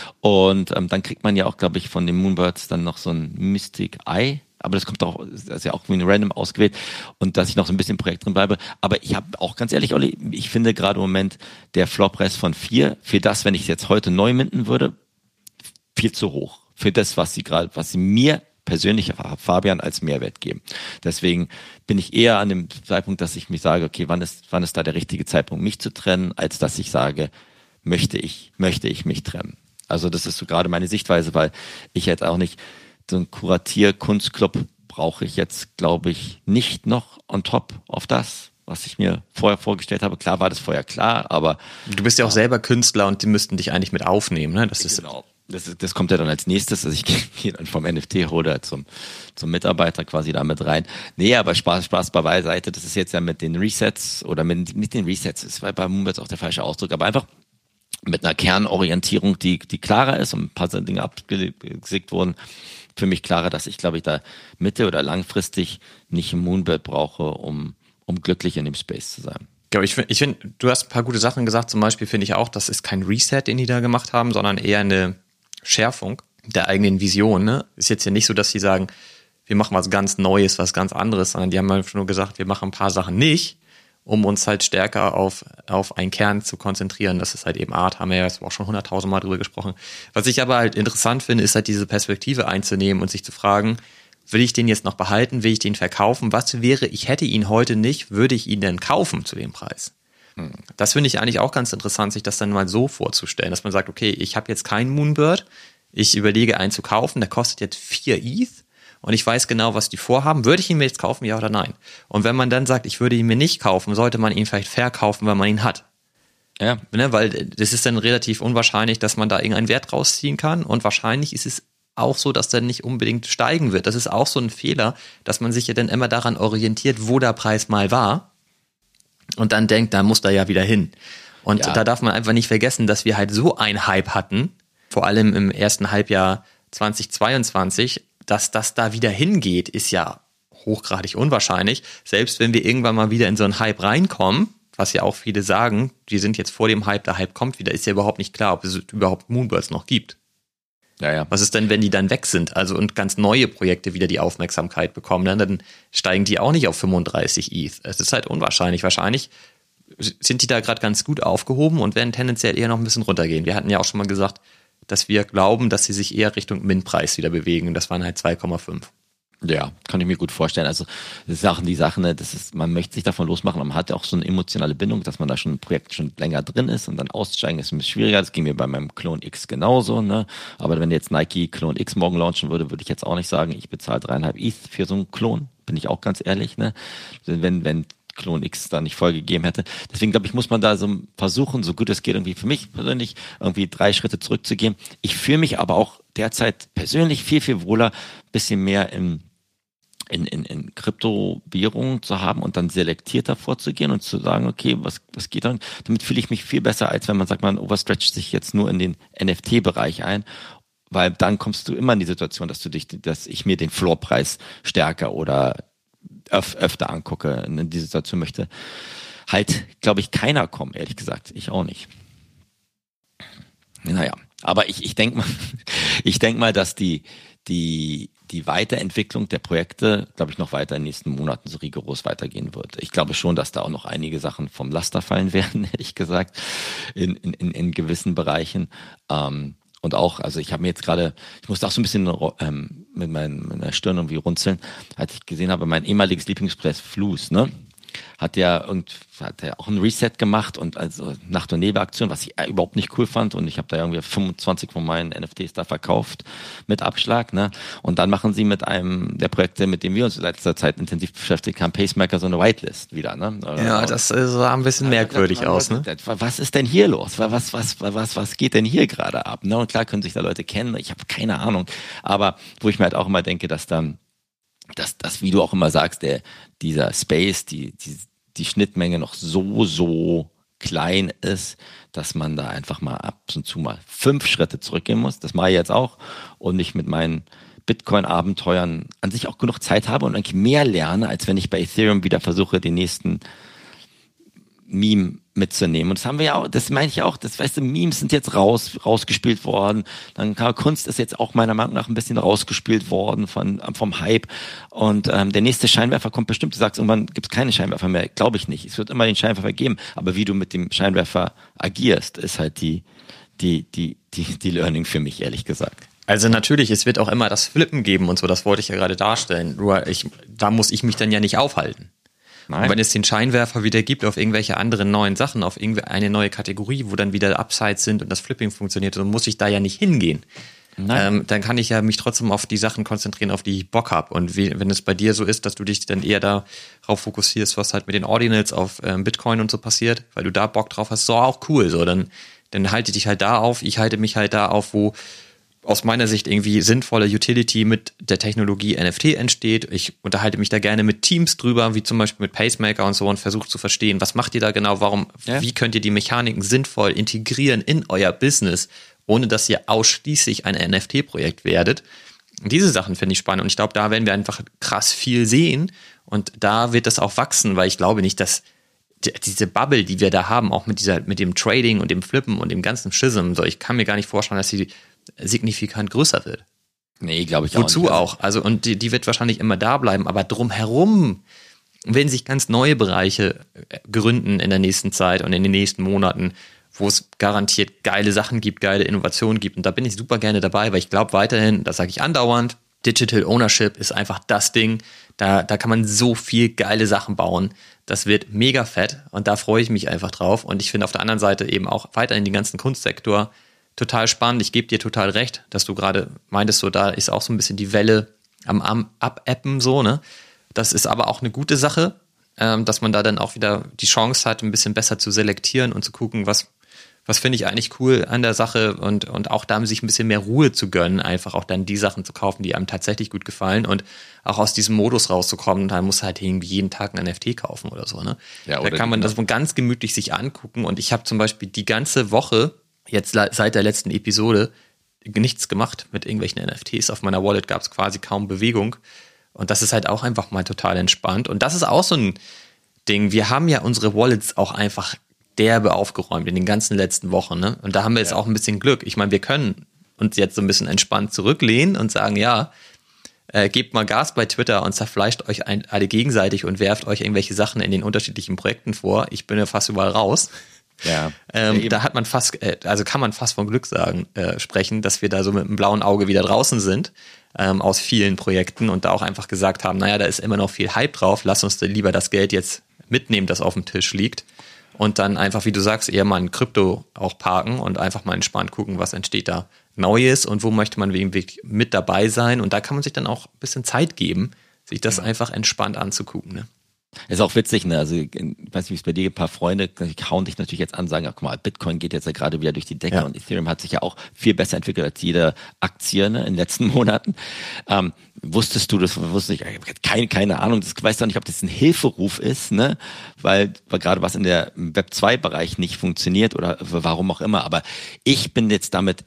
Und dann kriegt man ja auch, glaube ich, von den Moonbirds dann noch so ein Mystic Eye. Aber das ist ja auch wie random ausgewählt. Und dass ich noch so ein bisschen im Projekt drin bleibe. Aber ich habe auch ganz ehrlich, Olli, ich finde gerade im Moment der Floorpreis von 4, für das, wenn ich es jetzt heute neu minden würde, viel zu hoch. Für das, was sie mir persönlich, Fabian, als Mehrwert geben. Deswegen bin ich eher an dem Zeitpunkt, dass ich mich sage, okay, wann ist da der richtige Zeitpunkt, mich zu trennen, als dass ich sage, möchte ich mich trennen. Also das ist so gerade meine Sichtweise, weil ich jetzt auch nicht so einen Kuratier-Kunstclub brauche ich jetzt, glaube ich, nicht noch on top auf das, was ich mir vorher vorgestellt habe. Klar war das vorher klar, aber... Du bist ja auch selber Künstler und die müssten dich eigentlich mit aufnehmen, ne? Genau. Das kommt ja dann als nächstes. Also ich gehe dann vom NFT-Holder zum Mitarbeiter quasi da mit rein. Nee, aber Spaß beiseite. Das ist jetzt ja mit den Resets oder mit den Resets, das war bei Moonbirds auch der falsche Ausdruck, aber einfach mit einer Kernorientierung, die klarer ist und ein paar Dinge abgesägt wurden. Für mich klarer, dass ich, glaube ich, da mittel- oder langfristig nicht ein Moonbird brauche, um glücklich in dem Space zu sein. Ja, ich finde, du hast ein paar gute Sachen gesagt. Zum Beispiel finde ich auch, das ist kein Reset, den die da gemacht haben, sondern eher eine Schärfung der eigenen Vision. Ne? Ist jetzt ja nicht so, dass sie sagen, wir machen was ganz Neues, was ganz anderes, sondern die haben einfach nur gesagt, wir machen ein paar Sachen nicht, um uns halt stärker auf einen Kern zu konzentrieren. Das ist halt eben Art, haben wir ja jetzt auch schon 100.000 Mal drüber gesprochen. Was ich aber halt interessant finde, ist halt diese Perspektive einzunehmen und sich zu fragen, will ich den jetzt noch behalten, will ich den verkaufen? Was wäre, ich hätte ihn heute nicht, würde ich ihn denn kaufen zu dem Preis? Das finde ich eigentlich auch ganz interessant, sich das dann mal so vorzustellen, dass man sagt, okay, ich habe jetzt keinen Moonbird, ich überlege einen zu kaufen, der kostet jetzt 4 ETH und ich weiß genau, was die vorhaben. Würde ich ihn mir jetzt kaufen, ja oder nein? Und wenn man dann sagt, ich würde ihn mir nicht kaufen, sollte man ihn vielleicht verkaufen, weil man ihn hat. Ja. Ne, weil das ist dann relativ unwahrscheinlich, dass man da irgendeinen Wert rausziehen kann und wahrscheinlich ist es auch so, dass der nicht unbedingt steigen wird. Das ist auch so ein Fehler, dass man sich ja dann immer daran orientiert, wo der Preis mal war und dann denkt, da muss der ja wieder hin. Und da darf man einfach nicht vergessen, dass wir halt so einen Hype hatten, vor allem im ersten Halbjahr 2022, dass das da wieder hingeht, ist ja hochgradig unwahrscheinlich. Selbst wenn wir irgendwann mal wieder in so einen Hype reinkommen, was ja auch viele sagen, die sind jetzt vor dem Hype, der Hype kommt wieder, ist ja überhaupt nicht klar, ob es überhaupt Moonbirds noch gibt. Ja. Was ist denn, wenn die dann weg sind? Also und ganz neue Projekte wieder die Aufmerksamkeit bekommen, dann steigen die auch nicht auf 35 ETH. Es ist halt unwahrscheinlich. Wahrscheinlich sind die da gerade ganz gut aufgehoben und werden tendenziell eher noch ein bisschen runtergehen. Wir hatten ja auch schon mal gesagt, dass wir glauben, dass sie sich eher Richtung Min-Preis wieder bewegen. Und das waren halt 2,5. Ja, kann ich mir gut vorstellen. Also das ist die Sache, ne, man möchte sich davon losmachen, aber man hat ja auch so eine emotionale Bindung, dass man da schon ein Projekt schon länger drin ist und dann auszusteigen ist ein bisschen schwieriger. Das ging mir bei meinem Clone X genauso, ne? Aber wenn jetzt Nike Clone X morgen launchen würde ich jetzt auch nicht sagen, ich bezahle 3,5 ETH für so einen Klon, bin ich auch ganz ehrlich, ne? Wenn Clone X da nicht vollgegeben hätte. Deswegen glaube ich, muss man da so versuchen, so gut es geht, irgendwie für mich persönlich irgendwie 3 Schritte zurückzugehen. Ich fühle mich aber auch derzeit persönlich viel, viel wohler, bisschen mehr in Kryptowährungen zu haben und dann selektierter vorzugehen und zu sagen, okay, was geht dann? Damit fühle ich mich viel besser, als wenn man sagt, man overstretcht sich jetzt nur in den NFT-Bereich ein, weil dann kommst du immer in die Situation, dass ich mir den Floorpreis stärker oder öfter angucke. In die Situation halt, glaube ich, keiner kommen, ehrlich gesagt. Ich auch nicht. Naja, aber ich denke mal, dass die Weiterentwicklung der Projekte, glaube ich, noch weiter in den nächsten Monaten so rigoros weitergehen wird. Ich glaube schon, dass da auch noch einige Sachen vom Laster fallen werden, ehrlich gesagt, in gewissen Bereichen. Und auch, also ich habe mir jetzt gerade, ich musste auch so ein bisschen mit meiner Stirn irgendwie runzeln, als ich gesehen habe, mein ehemaliges Lieblingspress Flus, ne? Hat ja auch ein Reset gemacht und also Nacht- und Nebel-Aktion, was ich überhaupt nicht cool fand, und ich habe da irgendwie 25 von meinen NFTs da verkauft mit Abschlag, ne? Und dann machen sie mit einem der Projekte, mit dem wir uns in letzter Zeit intensiv beschäftigt haben, Pacemaker, so eine Whitelist wieder, ne? Ja, das sah ein bisschen merkwürdig aus, ne? Was ist denn hier los? Was geht denn hier gerade ab? Ne? Und klar können sich da Leute kennen, ich habe keine Ahnung, aber wo ich mir halt auch immer denke, dass dann das, wie du auch immer sagst, dieser Space, die Schnittmenge noch so klein ist, dass man da einfach mal ab und zu mal 5 Schritte zurückgehen muss. Das mache ich jetzt auch, und ich mit meinen Bitcoin-Abenteuern an sich auch genug Zeit habe und eigentlich mehr lerne, als wenn ich bei Ethereum wieder versuche, den nächsten Meme mitzunehmen. Und das haben wir ja auch, das meine ich auch, das, weißt du, Memes sind jetzt rausgespielt worden, dann Kunst ist jetzt auch meiner Meinung nach ein bisschen rausgespielt worden vom Hype, und der nächste Scheinwerfer kommt bestimmt. Du sagst, irgendwann gibt es keine Scheinwerfer mehr, glaube ich nicht. Es wird immer den Scheinwerfer geben, aber wie du mit dem Scheinwerfer agierst, ist halt die Learning für mich, ehrlich gesagt. Also natürlich, es wird auch immer das Flippen geben und so, das wollte ich ja gerade darstellen, nur da muss ich mich dann ja nicht aufhalten. Nein. Und wenn es den Scheinwerfer wieder gibt auf irgendwelche anderen neuen Sachen, auf irgendeine neue Kategorie, wo dann wieder Upsides sind und das Flipping funktioniert, dann muss ich da ja nicht hingehen. Dann kann ich ja mich trotzdem auf die Sachen konzentrieren, auf die ich Bock habe. Und wenn es bei dir so ist, dass du dich dann eher darauf fokussierst, was halt mit den Ordinals auf Bitcoin und so passiert, weil du da Bock drauf hast, so auch cool. So, dann halte dich halt da auf, ich halte mich halt da auf, wo aus meiner Sicht irgendwie sinnvolle Utility mit der Technologie NFT entsteht. Ich unterhalte mich da gerne mit Teams drüber, wie zum Beispiel mit Pacemaker und so, und versuche zu verstehen, was macht ihr da genau, wie könnt ihr die Mechaniken sinnvoll integrieren in euer Business, ohne dass ihr ausschließlich ein NFT-Projekt werdet. Und diese Sachen finde ich spannend, und ich glaube, da werden wir einfach krass viel sehen, und da wird das auch wachsen, weil ich glaube nicht, dass diese Bubble, die wir da haben, auch mit dem Trading und dem Flippen und dem ganzen Schism, so, ich kann mir gar nicht vorstellen, dass sie signifikant größer wird. Nee, glaube ich auch nicht. Wozu auch? Also, und die wird wahrscheinlich immer da bleiben, aber drumherum werden sich ganz neue Bereiche gründen in der nächsten Zeit und in den nächsten Monaten, wo es garantiert geile Sachen gibt, geile Innovationen gibt, und da bin ich super gerne dabei, weil ich glaube weiterhin, das sage ich andauernd, Digital Ownership ist einfach das Ding, da kann man so viel geile Sachen bauen, das wird mega fett, und da freue ich mich einfach drauf, und ich finde auf der anderen Seite eben auch weiterhin den ganzen Kunstsektor total spannend. Ich gebe dir total recht, dass du gerade meintest, so da ist auch so ein bisschen die Welle am Abappen so, ne? Das ist aber auch eine gute Sache, dass man da dann auch wieder die Chance hat, ein bisschen besser zu selektieren und zu gucken, was finde ich eigentlich cool an der Sache, und auch da sich ein bisschen mehr Ruhe zu gönnen, einfach auch dann die Sachen zu kaufen, die einem tatsächlich gut gefallen, und auch aus diesem Modus rauszukommen, da muss halt irgendwie jeden Tag ein NFT kaufen oder so, ne? Ja, da kann man das ganz gemütlich sich angucken, und ich habe zum Beispiel die ganze Woche jetzt seit der letzten Episode nichts gemacht mit irgendwelchen NFTs. Auf meiner Wallet gab es quasi kaum Bewegung. Und das ist halt auch einfach mal total entspannt. Und das ist auch so ein Ding. Wir haben ja unsere Wallets auch einfach derbe aufgeräumt in den ganzen letzten Wochen, ne? Und da haben wir jetzt auch ein bisschen Glück. Ich meine, wir können uns jetzt so ein bisschen entspannt zurücklehnen und sagen, ja, gebt mal Gas bei Twitter und zerfleischt euch alle gegenseitig und werft euch irgendwelche Sachen in den unterschiedlichen Projekten vor. Ich bin ja fast überall raus. Ja, da hat man kann man fast von Glück sprechen, dass wir da so mit einem blauen Auge wieder draußen sind aus vielen Projekten und da auch einfach gesagt haben, naja, da ist immer noch viel Hype drauf, lass uns lieber das Geld jetzt mitnehmen, das auf dem Tisch liegt, und dann einfach, wie du sagst, eher mal in Krypto auch parken und einfach mal entspannt gucken, was entsteht da Neues und wo möchte man wirklich mit dabei sein, und da kann man sich dann auch ein bisschen Zeit geben, sich das einfach entspannt anzugucken, ne? Ist auch witzig, ne? Also, ich weiß nicht, wie es bei dir gibt, ein paar Freunde, die hauen dich natürlich jetzt an, sagen, ja, guck mal, Bitcoin geht jetzt ja gerade wieder durch die Decke, und Ethereum hat sich ja auch viel besser entwickelt als jede Aktie, ne, in den letzten Monaten. Wusstest du, das wusste ich, keine Ahnung, das weiß doch nicht, ob das ein Hilferuf ist, ne, weil gerade was in der Web 2-Bereich nicht funktioniert oder warum auch immer, aber ich bin jetzt damit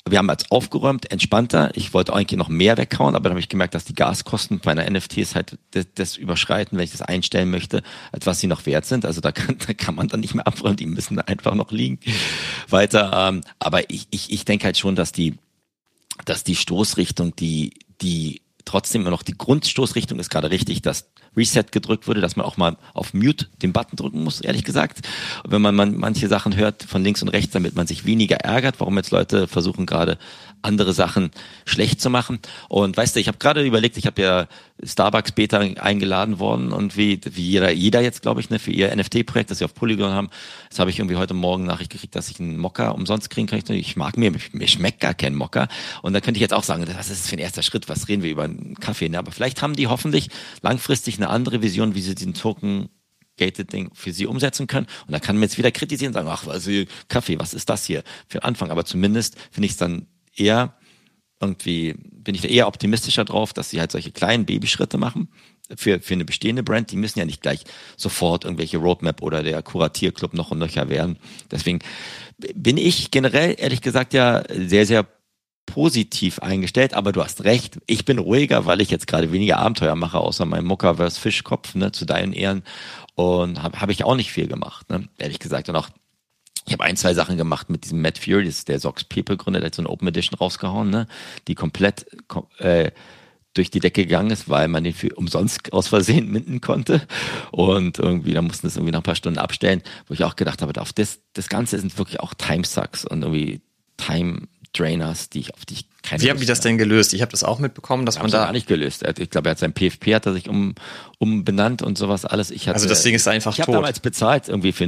wir haben jetzt aufgeräumt, entspannter. Ich wollte eigentlich noch mehr weghauen, aber dann habe ich gemerkt, dass die Gaskosten bei einer NFT halt das überschreiten, wenn ich das einstellen möchte, als was sie noch wert sind. Also da kann man dann nicht mehr abräumen, die müssen einfach noch liegen weiter. Aber ich denke halt schon, dass die Stoßrichtung, die trotzdem immer noch die Grundstoßrichtung ist gerade richtig, dass Reset gedrückt wurde, dass man auch mal auf Mute den Button drücken muss, ehrlich gesagt. Und wenn man manche Sachen hört von links und rechts, damit man sich weniger ärgert, warum jetzt Leute versuchen gerade andere Sachen schlecht zu machen. Und weißt du, ich habe gerade überlegt, ich habe ja Starbucks Beta eingeladen worden und wie jeder jetzt, glaube ich, für ihr NFT-Projekt, das sie auf Polygon haben, das habe ich irgendwie heute Morgen Nachricht gekriegt, dass ich einen Mokka umsonst kriegen kann. Mir schmeckt gar kein Mokka. Und da könnte ich jetzt auch sagen, was ist für ein erster Schritt, was reden wir über einen Kaffee? Ne? Aber vielleicht haben die hoffentlich langfristig eine andere Vision, wie sie diesen Token Gated Ding für sie umsetzen können. Und da kann man jetzt wieder kritisieren und sagen, ach, also Kaffee, was ist das hier für den Anfang? Aber zumindest finde ich es dann bin ich da eher optimistischer drauf, dass sie halt solche kleinen Babyschritte machen für eine bestehende Brand. Die müssen ja nicht gleich sofort irgendwelche Roadmap oder der Kuratierclub noch und nöcher werden. Deswegen bin ich generell, ehrlich gesagt, ja sehr, sehr positiv eingestellt, aber du hast recht, ich bin ruhiger, weil ich jetzt gerade weniger Abenteuer mache, außer meinem Mokka vs. Fischkopf, ne, zu deinen Ehren, und habe ich auch nicht viel gemacht, ne, ehrlich gesagt. Und auch ich habe 1, 2 Sachen gemacht mit diesem Matt Fury, das ist der Sox People Gründer, der hat so eine Open Edition rausgehauen, ne, die komplett durch die Decke gegangen ist, weil man den für umsonst aus Versehen minden konnte. Und irgendwie, da mussten es irgendwie nach ein paar Stunden abstellen, wo ich auch gedacht habe, das Ganze sind wirklich auch Time-Sucks und irgendwie Time-Drainers, auf die ich keine Wie haben die das denn gelöst? Ich habe das auch mitbekommen, dass man da... gar nicht gelöst. Ich glaube, er hat sein PFP, hat er sich umbenannt und sowas alles. Also das Ding ist einfach tot. Ich habe damals bezahlt, irgendwie für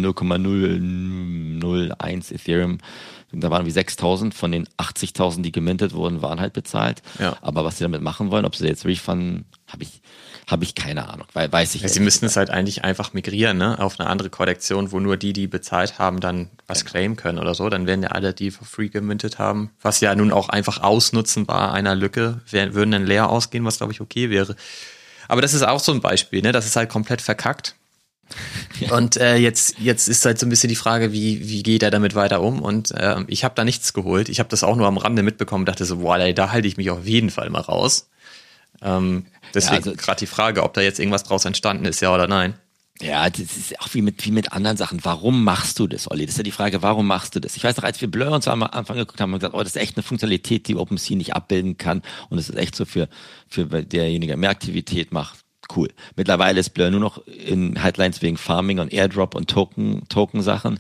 0,001 Ethereum. Da waren wie 6.000 von den 80.000, die gemintet wurden, waren halt bezahlt. Ja. Aber was sie damit machen wollen, ob sie jetzt refunden, habe ich keine Ahnung, weil weiß ich nicht. Sie müssten es halt eigentlich einfach migrieren, ne, auf eine andere Kollektion, wo nur die bezahlt haben, dann was claimen können oder so. Dann werden ja alle, die for free gemintet haben, was ja nun auch einfach Ausnutzen war einer Lücke, würden dann leer ausgehen, was glaube ich okay wäre. Aber das ist auch so ein Beispiel, ne, das ist halt komplett verkackt. Ja. Und jetzt ist halt so ein bisschen die Frage, wie geht er damit weiter um? Und ich habe da nichts geholt. Ich habe das auch nur am Rande mitbekommen, dachte so, boah, da halte ich mich auf jeden Fall mal raus. Deswegen gerade die Frage, ob da jetzt irgendwas draus entstanden ist, ja oder nein. Ja, das ist auch wie mit anderen Sachen. Warum machst du das, Olli? Das ist ja die Frage, warum machst du das? Ich weiß noch, als wir Blur uns am Anfang geguckt haben, haben wir gesagt, das ist echt eine Funktionalität, die OpenSea nicht abbilden kann. Und es ist echt so für derjenige, der mehr Aktivität macht. Cool. Mittlerweile ist Blur nur noch in Headlines wegen Farming und Airdrop und Token-Sachen.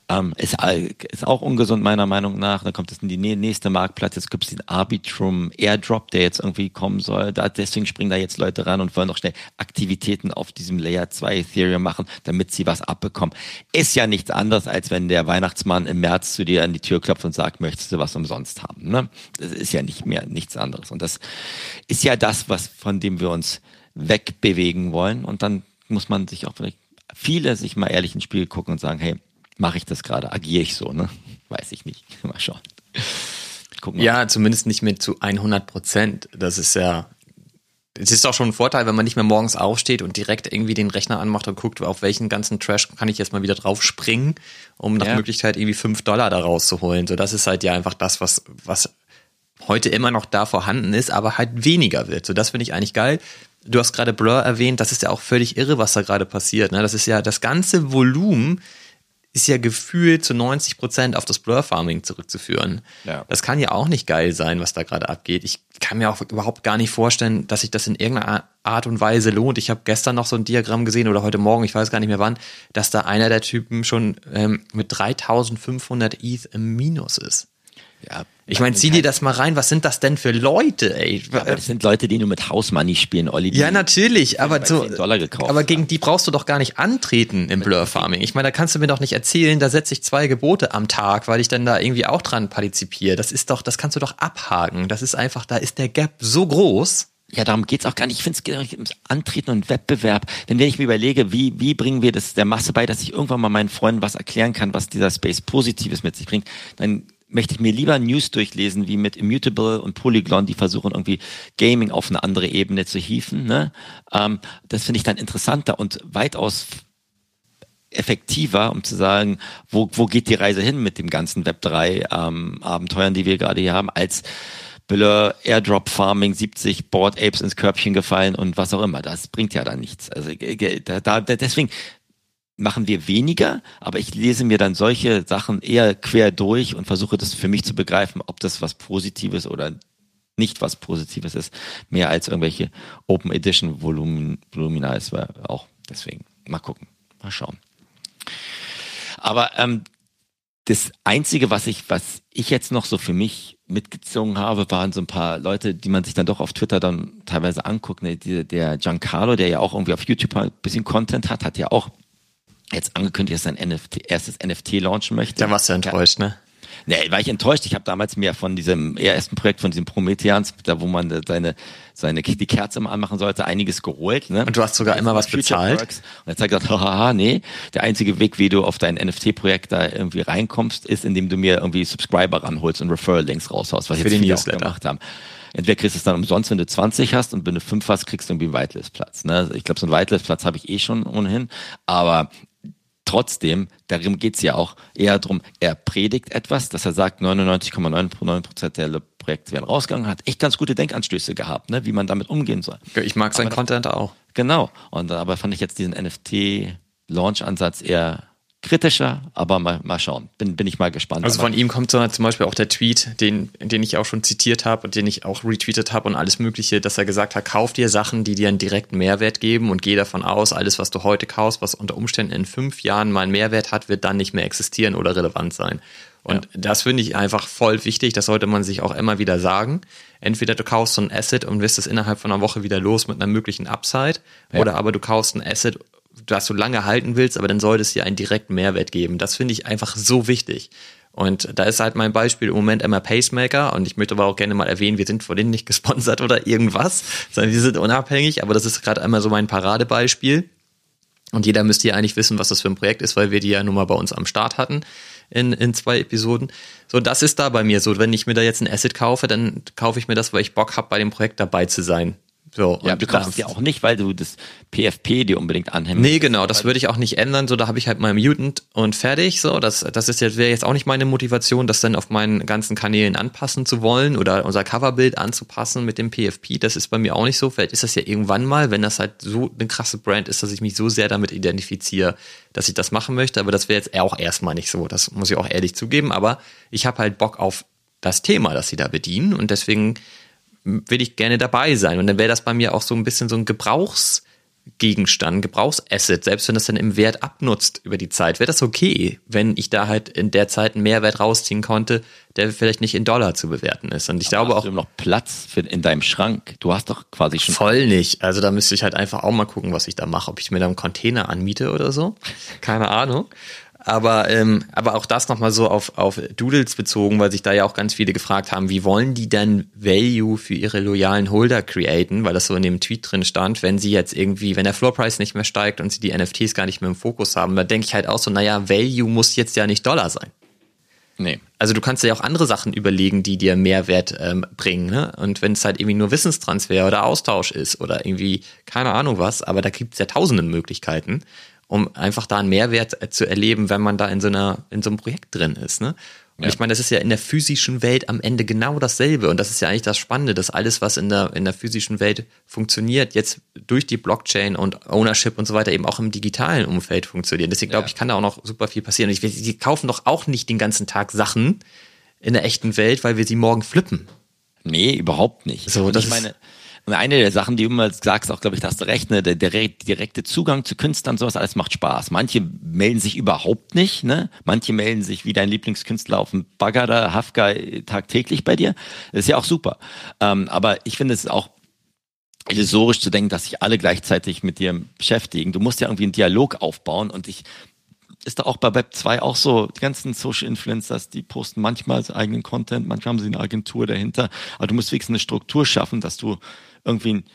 Ist auch ungesund meiner Meinung nach. Dann kommt es in die nächste Marktplatz. Jetzt gibt es den Arbitrum Airdrop, der jetzt irgendwie kommen soll. Deswegen springen da jetzt Leute ran und wollen noch schnell Aktivitäten auf diesem Layer 2 Ethereum machen, damit sie was abbekommen. Ist ja nichts anderes, als wenn der Weihnachtsmann im März zu dir an die Tür klopft und sagt, möchtest du was umsonst haben? Ne? Das ist ja nichts anderes. Und das ist ja das, von dem wir uns wegbewegen wollen, und dann muss man sich auch vielleicht mal ehrlich ins Spiel gucken und sagen, hey, mache ich das gerade? Agiere ich so, ne? Weiß ich nicht. Mal schauen. Gucken wir mal. Ja, zumindest nicht mehr zu 100%. Das ist ja, es ist auch schon ein Vorteil, wenn man nicht mehr morgens aufsteht und direkt irgendwie den Rechner anmacht und guckt, auf welchen ganzen Trash kann ich jetzt mal wieder drauf springen, um nach Möglichkeit irgendwie $5 da rauszuholen. So, das ist halt ja einfach das, was heute immer noch da vorhanden ist, aber halt weniger wird. So, das finde ich eigentlich geil. Du hast gerade Blur erwähnt, das ist ja auch völlig irre, was da gerade passiert. Ne? Das ist ja, das ganze Volumen ist ja gefühlt zu 90% auf das Blur-Farming zurückzuführen. Ja. Das kann ja auch nicht geil sein, was da gerade abgeht. Ich kann mir auch überhaupt gar nicht vorstellen, dass sich das in irgendeiner Art und Weise lohnt. Ich habe gestern noch so ein Diagramm gesehen oder heute Morgen, ich weiß gar nicht mehr wann, dass da einer der Typen schon mit 3.500 ETH im Minus ist. Ja, ich meine, zieh dir das mal rein, was sind das denn für Leute, ey? Ja, aber das sind Leute, die nur mit House Money spielen, Olli. Ja, natürlich, aber so, gekauft, aber gegen die brauchst du doch gar nicht antreten im Blur Farming. Ich meine, da kannst du mir doch nicht erzählen, da setze ich 2 Gebote am Tag, weil ich dann da irgendwie auch dran partizipiere. Das kannst du doch abhaken. Das ist einfach, da ist der Gap so groß. Ja, darum geht's auch gar nicht. Ich finde, es geht auch nicht ums Antreten und Wettbewerb. Denn wenn ich mir überlege, wie bringen wir das der Masse bei, dass ich irgendwann mal meinen Freunden was erklären kann, was dieser Space Positives mit sich bringt, dann möchte ich mir lieber News durchlesen, wie mit Immutable und Polygon, die versuchen irgendwie Gaming auf eine andere Ebene zu hieven. Ne? Das finde ich dann interessanter und weitaus effektiver, um zu sagen, wo geht die Reise hin mit dem ganzen Web3 Abenteuern, die wir gerade hier haben, als Blur, Airdrop Farming, 70 Bored Apes ins Körbchen gefallen und was auch immer. Das bringt ja dann nichts. Also deswegen machen wir weniger, aber ich lese mir dann solche Sachen eher quer durch und versuche das für mich zu begreifen, ob das was Positives oder nicht was Positives ist, mehr als irgendwelche Open Edition Volumina ist, war auch deswegen. Mal gucken, mal schauen. Aber das Einzige, was ich jetzt noch so für mich mitgezogen habe, waren so ein paar Leute, die man sich dann doch auf Twitter dann teilweise anguckt. Ne? Der Giancarlo, der ja auch irgendwie auf YouTube ein bisschen Content hat ja auch jetzt angekündigt, dass er sein erstes NFT launchen möchte. Da warst du enttäuscht, ne? Nee, war ich enttäuscht. Ich habe damals mehr von diesem ersten Projekt, von diesem Prometheans, da wo man die Kerze immer anmachen sollte, einiges geholt. Ne? Und du hast sogar immer was bezahlt. Und jetzt hat er gesagt, haha, nee, der einzige Weg, wie du auf dein NFT-Projekt da irgendwie reinkommst, ist, indem du mir irgendwie Subscriber ranholst und Referral-Links raushaust, was für jetzt die viele auch gemacht haben. Entweder kriegst du es dann umsonst, wenn du 20 hast, und wenn du 5 hast, kriegst du irgendwie einen Whitelist-Platz. Ne? Ich glaube, so einen Whitelist-Platz habe ich schon ohnehin, aber trotzdem, darum geht's ja auch eher darum, er predigt etwas, dass er sagt, 99,99% der Projekte werden rausgegangen, hat echt ganz gute Denkanstöße gehabt, ne, wie man damit umgehen soll. Ich mag seinen Content auch. Genau. Und aber fand ich jetzt diesen NFT-Launch-Ansatz eher kritischer, aber mal schauen. Bin ich mal gespannt. Also von ihm kommt so zum Beispiel auch der Tweet, den ich auch schon zitiert habe und den ich auch retweetet habe und alles Mögliche, dass er gesagt hat, kauf dir Sachen, die dir einen direkten Mehrwert geben und geh davon aus, alles, was du heute kaufst, was unter Umständen in 5 Jahren mal einen Mehrwert hat, wird dann nicht mehr existieren oder relevant sein. Und das finde ich einfach voll wichtig, das sollte man sich auch immer wieder sagen. Entweder du kaufst so ein Asset und wirst es innerhalb von einer Woche wieder los mit einer möglichen Upside, oder aber du kaufst ein Asset, das du lange halten willst, aber dann sollte es dir einen direkten Mehrwert geben. Das finde ich einfach so wichtig. Und da ist halt mein Beispiel im Moment immer Pacemaker, und ich möchte aber auch gerne mal erwähnen, wir sind von denen nicht gesponsert oder irgendwas, sondern wir sind unabhängig, aber das ist gerade einmal so mein Paradebeispiel. Und jeder müsste ja eigentlich wissen, was das für ein Projekt ist, weil wir die ja nun mal bei uns am Start hatten in 2 Episoden. So, das ist da bei mir so. Wenn ich mir da jetzt ein Asset kaufe, dann kaufe ich mir das, weil ich Bock habe, bei dem Projekt dabei zu sein. So, ja, du kaufst ja auch nicht, weil du das PFP dir unbedingt anhängst. Nee, genau, das würde ich auch nicht ändern. So, da habe ich halt mein Mutant und fertig. So, das ist jetzt, wäre jetzt auch nicht meine Motivation, das dann auf meinen ganzen Kanälen anpassen zu wollen oder unser Coverbild anzupassen mit dem PFP. Das ist bei mir auch nicht so. Vielleicht ist das ja irgendwann mal, wenn das halt so eine krasse Brand ist, dass ich mich so sehr damit identifiziere, dass ich das machen möchte. Aber das wäre jetzt auch erstmal nicht so. Das muss ich auch ehrlich zugeben. Aber ich habe halt Bock auf das Thema, das sie da bedienen, und deswegen will ich gerne dabei sein. Und dann wäre das bei mir auch so ein bisschen so ein Gebrauchsgegenstand, Gebrauchsasset. Selbst wenn das dann im Wert abnutzt über die Zeit, wäre das okay, wenn ich da halt in der Zeit einen Mehrwert rausziehen konnte, der vielleicht nicht in Dollar zu bewerten ist. Und ich glaube auch, hast du noch Platz in deinem Schrank? Du hast doch quasi schon... Voll nicht. Also da müsste ich halt einfach auch mal gucken, was ich da mache. Ob ich mir da einen Container anmiete oder so. Keine Ahnung. Aber auch das nochmal so auf Doodles bezogen, weil sich da ja auch ganz viele gefragt haben, wie wollen die denn Value für ihre loyalen Holder createn, weil das so in dem Tweet drin stand, wenn sie jetzt irgendwie, wenn der Floorprice nicht mehr steigt und sie die NFTs gar nicht mehr im Fokus haben, da denke ich halt auch so, naja, Value muss jetzt ja nicht Dollar sein. Nee. Also du kannst dir ja auch andere Sachen überlegen, die dir Mehrwert bringen, ne? Und wenn es halt irgendwie nur Wissenstransfer oder Austausch ist oder irgendwie, keine Ahnung was, aber da gibt's ja tausende Möglichkeiten, um einfach da einen Mehrwert zu erleben, wenn man da in so einem Projekt drin ist, ne? Und ich meine, das ist ja in der physischen Welt am Ende genau dasselbe. Und das ist ja eigentlich das Spannende, dass alles, was in der physischen Welt funktioniert, jetzt durch die Blockchain und Ownership und so weiter eben auch im digitalen Umfeld funktioniert. Deswegen glaube ich, kann da auch noch super viel passieren. Und die kaufen doch auch nicht den ganzen Tag Sachen in der echten Welt, weil wir sie morgen flippen. Nee, überhaupt nicht. So, das und eine der Sachen, die du immer sagst, auch glaube ich, da hast du recht, ne, der direkte Zugang zu Künstlern, sowas, alles macht Spaß. Manche melden sich überhaupt nicht, ne? Manche melden sich wie dein Lieblingskünstler auf dem Bagger da, Hafka, tagtäglich bei dir. Das ist ja auch super. Aber ich finde es ist auch illusorisch zu denken, dass sich alle gleichzeitig mit dir beschäftigen. Du musst ja irgendwie einen Dialog aufbauen, und ist da auch bei Web 2 auch so, die ganzen Social Influencers, die posten manchmal eigenen Content, manchmal haben sie eine Agentur dahinter, aber du musst wenigstens eine Struktur schaffen, dass du irgendwie einen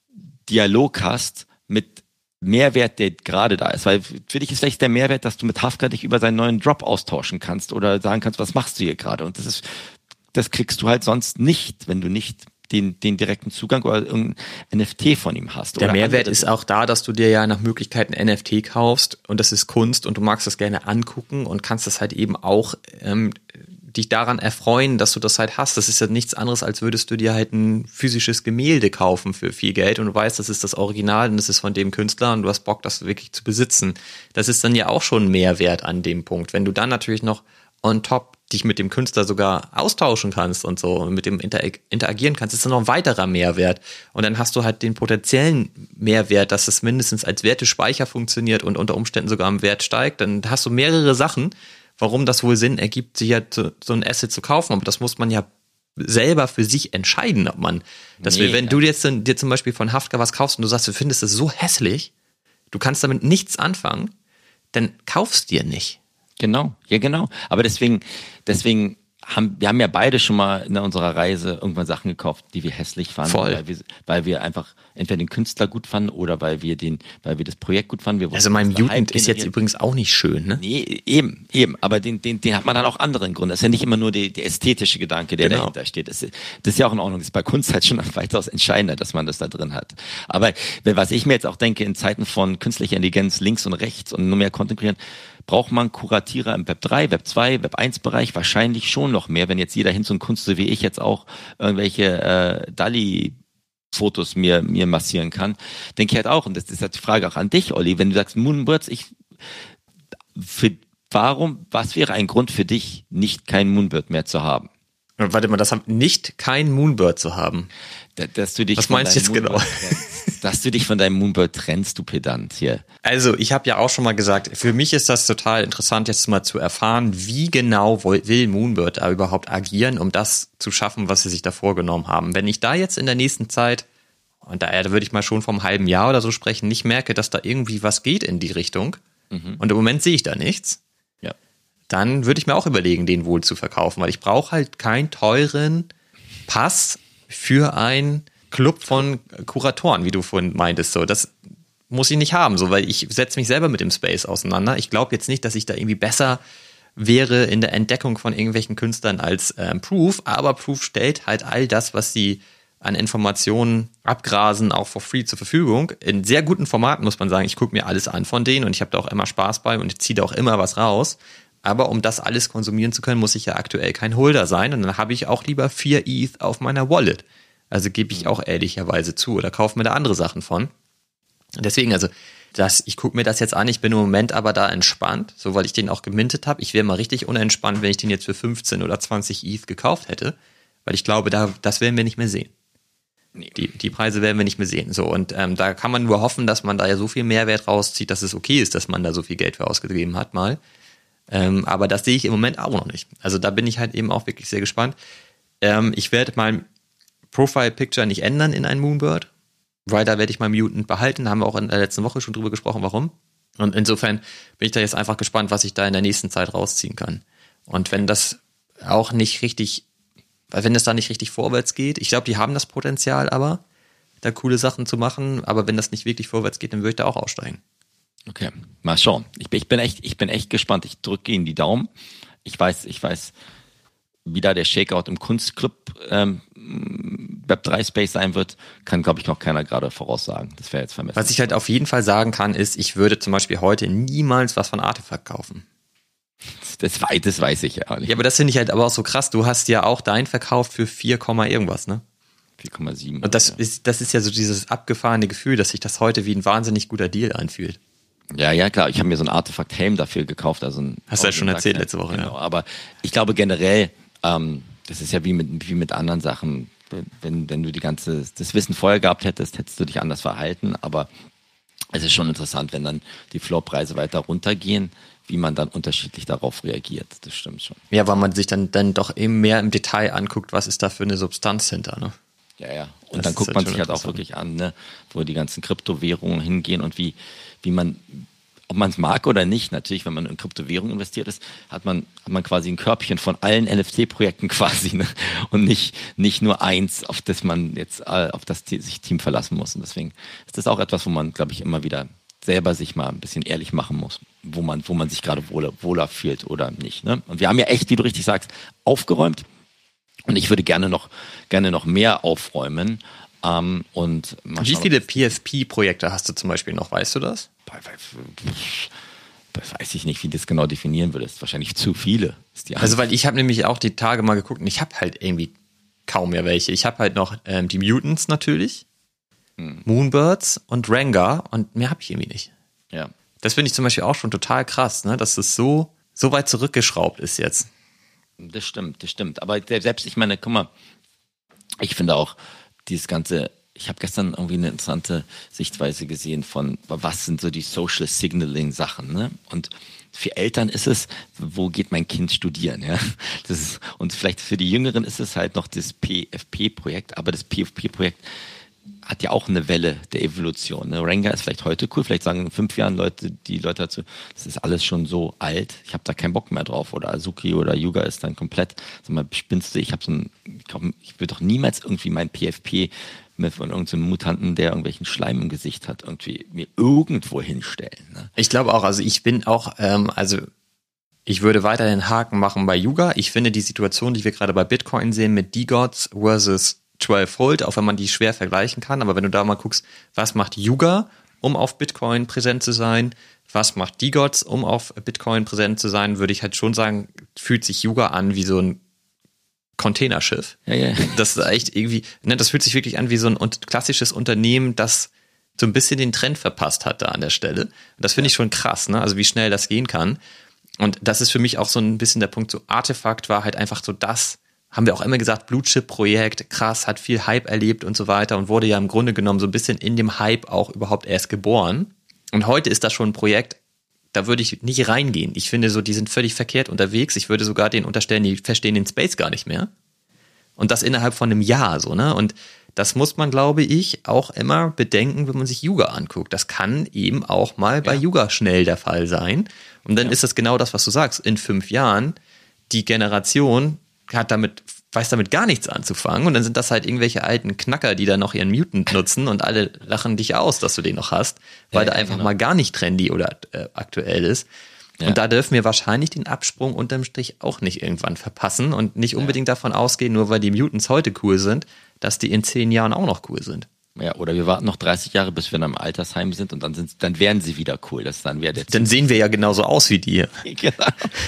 Dialog hast mit Mehrwert, der gerade da ist, weil für dich ist vielleicht der Mehrwert, dass du mit Hafka dich über seinen neuen Drop austauschen kannst oder sagen kannst, was machst du hier gerade, und das kriegst du halt sonst nicht, wenn du nicht den direkten Zugang oder irgendein NFT von ihm hast. Der Mehrwert ist auch da, dass du dir ja nach Möglichkeit ein NFT kaufst und das ist Kunst und du magst das gerne angucken und kannst das halt eben auch dich daran erfreuen, dass du das halt hast. Das ist ja nichts anderes, als würdest du dir halt ein physisches Gemälde kaufen für viel Geld und du weißt, das ist das Original und das ist von dem Künstler und du hast Bock, das wirklich zu besitzen. Das ist dann ja auch schon ein Mehrwert an dem Punkt. Wenn du dann natürlich noch on top dich mit dem Künstler sogar austauschen kannst und so und mit dem interagieren kannst, ist dann noch ein weiterer Mehrwert. Und dann hast du halt den potenziellen Mehrwert, dass es mindestens als Wertespeicher funktioniert und unter Umständen sogar im Wert steigt. Dann hast du mehrere Sachen, warum das wohl Sinn ergibt, sich ja so ein Asset zu kaufen. Aber das muss man ja selber für sich entscheiden, ob man das will. Wenn du jetzt dir zum Beispiel von Haftka was kaufst und du sagst, du findest es so hässlich, du kannst damit nichts anfangen, dann kaufst dir nicht. Genau, ja genau. Aber deswegen wir haben ja beide schon mal in unserer Reise irgendwann Sachen gekauft, die wir hässlich fanden, weil wir einfach entweder den Künstler gut fanden oder weil wir das Projekt gut fanden. Also mein Mutant ist jetzt übrigens auch nicht schön, ne? Nee, eben. Aber den hat man dann auch anderen Gründen. Das ist ja nicht immer nur der ästhetische Gedanke, der dahinter steht. Das ist ja auch in Ordnung. Das ist bei Kunst halt schon weitaus entscheidender, dass man das da drin hat. Aber was ich mir jetzt auch denke, in Zeiten von künstlicher Intelligenz links und rechts und nur mehr Content kreieren, braucht man Kuratierer im Web 3, Web 2, Web 1 Bereich wahrscheinlich schon noch mehr, wenn jetzt jeder hin zum Kunst, so wie ich jetzt auch irgendwelche Dali-Fotos mir massieren kann, denke ich halt auch, und das ist halt die Frage auch an dich, Olli, wenn du sagst Moonbirds, was wäre ein Grund für dich, nicht kein Moonbird mehr zu haben? Warte mal, nicht kein Moonbird zu haben. Dass du dich was meinst du jetzt genau? Dass du dich von deinem Moonbird trennst, du Pedant hier. Also, ich habe ja auch schon mal gesagt, für mich ist das total interessant, jetzt mal zu erfahren, wie genau will Moonbird da überhaupt agieren, um das zu schaffen, was sie sich da vorgenommen haben. Wenn ich da jetzt in der nächsten Zeit, und da würde ich mal schon vom halben Jahr oder so sprechen, nicht merke, dass da irgendwie was geht in die Richtung, und im Moment sehe ich da nichts, dann würde ich mir auch überlegen, den wohl zu verkaufen, weil ich brauche halt keinen teuren Pass für einen Club von Kuratoren, wie du vorhin meintest. So, das muss ich nicht haben, so, weil ich setze mich selber mit dem Space auseinander. Ich glaube jetzt nicht, dass ich da irgendwie besser wäre in der Entdeckung von irgendwelchen Künstlern als Proof, aber Proof stellt halt all das, was sie an Informationen abgrasen, auch for free zur Verfügung. In sehr guten Formaten, muss man sagen. Ich gucke mir alles an von denen und ich habe da auch immer Spaß bei und ich ziehe da auch immer was raus. Aber um das alles konsumieren zu können, muss ich ja aktuell kein Holder sein. Und dann habe ich auch lieber 4 ETH auf meiner Wallet. Also gebe ich auch ehrlicherweise zu oder kaufe mir da andere Sachen von. Deswegen, also ich gucke mir das jetzt an. Ich bin im Moment aber da entspannt, so weil ich den auch gemintet habe. Ich wäre mal richtig unentspannt, wenn ich den jetzt für 15 oder 20 ETH gekauft hätte. Weil ich glaube, das werden wir nicht mehr sehen. Nee. Die Preise werden wir nicht mehr sehen. So, und da kann man nur hoffen, dass man da ja so viel Mehrwert rauszieht, dass es okay ist, dass man da so viel Geld für ausgegeben hat mal. Aber das sehe ich im Moment auch noch nicht. Also da bin ich halt eben auch wirklich sehr gespannt. Ich werde mein Profile-Picture nicht ändern in ein Moonbird, weil da werde ich mein Mutant behalten. Da haben wir auch in der letzten Woche schon drüber gesprochen, warum. Und insofern bin ich da jetzt einfach gespannt, was ich da in der nächsten Zeit rausziehen kann. Und wenn das auch nicht richtig, wenn es da nicht richtig vorwärts geht, ich glaube, die haben das Potenzial aber, da coole Sachen zu machen, aber wenn das nicht wirklich vorwärts geht, dann würde ich da auch aussteigen. Okay, mal schauen. Ich bin echt gespannt. Ich drücke Ihnen die Daumen. Ich weiß, wie da der Shakeout im Kunstclub Web3 Space sein wird, kann, glaube ich, noch keiner gerade voraussagen. Das wäre jetzt vermessen. Was ich halt auf jeden Fall sagen kann, ist, ich würde zum Beispiel heute niemals was von Artefakt kaufen. Das weiß ich ja nicht. Ja, aber das finde ich halt aber auch so krass. Du hast ja auch dein verkauft für 4, irgendwas, ne? 4,7. Und das ist ja so dieses abgefahrene Gefühl, dass sich das heute wie ein wahnsinnig guter Deal anfühlt. Ja, klar. Ich habe mir so einen Artefakt-Helm dafür gekauft. Hast du ja schon erzählt letzte Woche. Genau, ja. Aber ich glaube generell, das ist ja wie mit anderen Sachen. Wenn du das Wissen vorher gehabt hättest du dich anders verhalten. Aber es ist schon interessant, wenn dann die Floorpreise weiter runtergehen, wie man dann unterschiedlich darauf reagiert. Das stimmt schon. Ja, weil man sich dann doch eben mehr im Detail anguckt, was ist da für eine Substanz hinter, ne? Ja. Und dann guckt man sich halt auch wirklich an, ne, wo die ganzen Kryptowährungen hingehen und wie man, ob man es mag oder nicht, natürlich, wenn man in Kryptowährungen investiert ist, hat man quasi ein Körbchen von allen NFT-Projekten quasi, ne? Und nicht nur eins, auf das man jetzt auf das sich Team verlassen muss. Und deswegen ist das auch etwas, wo man, glaube ich, immer wieder selber sich mal ein bisschen ehrlich machen muss, wo man sich gerade wohler fühlt oder nicht. Ne? Und wir haben ja echt, wie du richtig sagst, aufgeräumt. Und ich würde gerne noch mehr aufräumen. Und wie viele PFP-Projekte hast du zum Beispiel noch? Weißt du das? Das weiß ich nicht, wie du das genau definieren würdest. Wahrscheinlich zu viele. Also weil ich habe nämlich auch die Tage mal geguckt und ich habe halt irgendwie kaum mehr welche. Ich habe halt noch die Mutants natürlich, Moonbirds und Rengar und mehr habe ich irgendwie nicht. Ja. Das finde ich zum Beispiel auch schon total krass, ne? Dass es so weit zurückgeschraubt ist jetzt. Das stimmt. Aber selbst, ich meine, guck mal, ich finde auch dieses ganze, ich habe gestern irgendwie eine interessante Sichtweise gesehen von, was sind so die Social Signaling Sachen, ne? Und für Eltern ist es, wo geht mein Kind studieren, ja? Das ist, und vielleicht für die Jüngeren ist es halt noch das PFP-Projekt, aber das PFP-Projekt hat ja auch eine Welle der Evolution. Ne? Rengar ist vielleicht heute cool, vielleicht sagen in 5 Jahren die Leute dazu, das ist alles schon so alt, ich habe da keinen Bock mehr drauf. Oder Azuki oder Yuga ist dann komplett, sag mal, spinnst du, ich will doch niemals irgendwie mein PFP von irgendeinem Mutanten, der irgendwelchen Schleim im Gesicht hat, irgendwie mir irgendwo hinstellen. Ne? Ich glaube auch, also ich bin auch, ich würde weiterhin Haken machen bei Yuga. Ich finde die Situation, die wir gerade bei Bitcoin sehen mit DeGods versus 12-Volt, auch wenn man die schwer vergleichen kann, aber wenn du da mal guckst, was macht Yuga, um auf Bitcoin präsent zu sein, was macht DeGods, um auf Bitcoin präsent zu sein, würde ich halt schon sagen, fühlt sich Yuga an wie so ein Containerschiff. Ja. Das ist echt irgendwie, ne, das fühlt sich wirklich an wie so ein klassisches Unternehmen, das so ein bisschen den Trend verpasst hat da an der Stelle. Und das finde ich schon krass, ne, also wie schnell das gehen kann. Und das ist für mich auch so ein bisschen der Punkt, so Artefakt war halt einfach so das, haben wir auch immer gesagt, Blue-Chip-Projekt, krass, hat viel Hype erlebt und so weiter und wurde ja im Grunde genommen so ein bisschen in dem Hype auch überhaupt erst geboren. Und heute ist das schon ein Projekt, da würde ich nicht reingehen. Ich finde so, die sind völlig verkehrt unterwegs. Ich würde sogar denen unterstellen, die verstehen den Space gar nicht mehr. Und das innerhalb von einem Jahr, so, ne? Und das muss man, glaube ich, auch immer bedenken, wenn man sich Yuga anguckt. Das kann eben auch mal bei Yuga schnell der Fall sein. Und dann ist das genau das, was du sagst. In 5 Jahren, die Generation weiß damit gar nichts anzufangen und dann sind das halt irgendwelche alten Knacker, die da noch ihren Mutant nutzen und alle lachen dich aus, dass du den noch hast, weil der einfach mal gar nicht trendy oder aktuell ist. Ja. Und da dürfen wir wahrscheinlich den Absprung unterm Strich auch nicht irgendwann verpassen und nicht unbedingt davon ausgehen, nur weil die Mutants heute cool sind, dass die in 10 Jahren auch noch cool sind. Ja, oder wir warten noch 30 Jahre, bis wir in einem Altersheim sind und dann werden sie wieder cool. Dann sehen wir ja genauso aus wie die. Genau.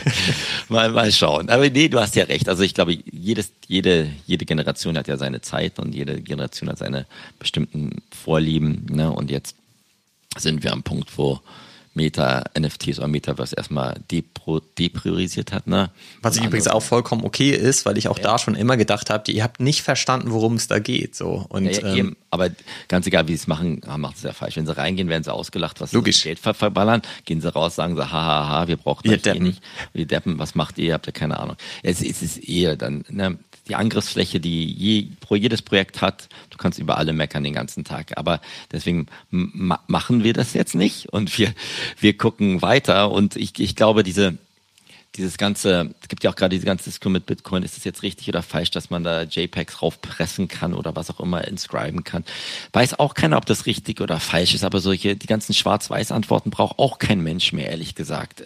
mal schauen. Aber nee, du hast ja recht. Also ich glaube, jede Generation hat ja seine Zeit und jede Generation hat seine bestimmten Vorlieben. Ne? Und jetzt sind wir am Punkt, wo Meta-NFTs oder Metaverse erstmal depriorisiert hat. Ne? Was ich übrigens auch vollkommen okay ist, weil ich auch da schon immer gedacht habe, ihr habt nicht verstanden, worum es da geht. So. Und, eben. Aber ganz egal, wie sie es machen, macht es ja falsch. Wenn sie reingehen, werden sie ausgelacht, was logisch. Sie Geld verballern. Gehen sie raus, sagen sie, hahaha, wir brauchen euch nicht. Wir deppen, was macht ihr? Habt ihr keine Ahnung. Es ist eher dann, ne, die Angriffsfläche, die jedes Projekt hat. Du kannst über alle meckern den ganzen Tag. Aber deswegen machen wir das jetzt nicht und wir gucken weiter. Und ich glaube, dieses ganze, es gibt ja auch gerade diese ganze Diskussion mit Bitcoin, ist es jetzt richtig oder falsch, dass man da JPEGs raufpressen kann oder was auch immer inscriben kann. Weiß auch keiner, ob das richtig oder falsch ist, aber die ganzen Schwarz-Weiß-Antworten braucht auch kein Mensch mehr, ehrlich gesagt.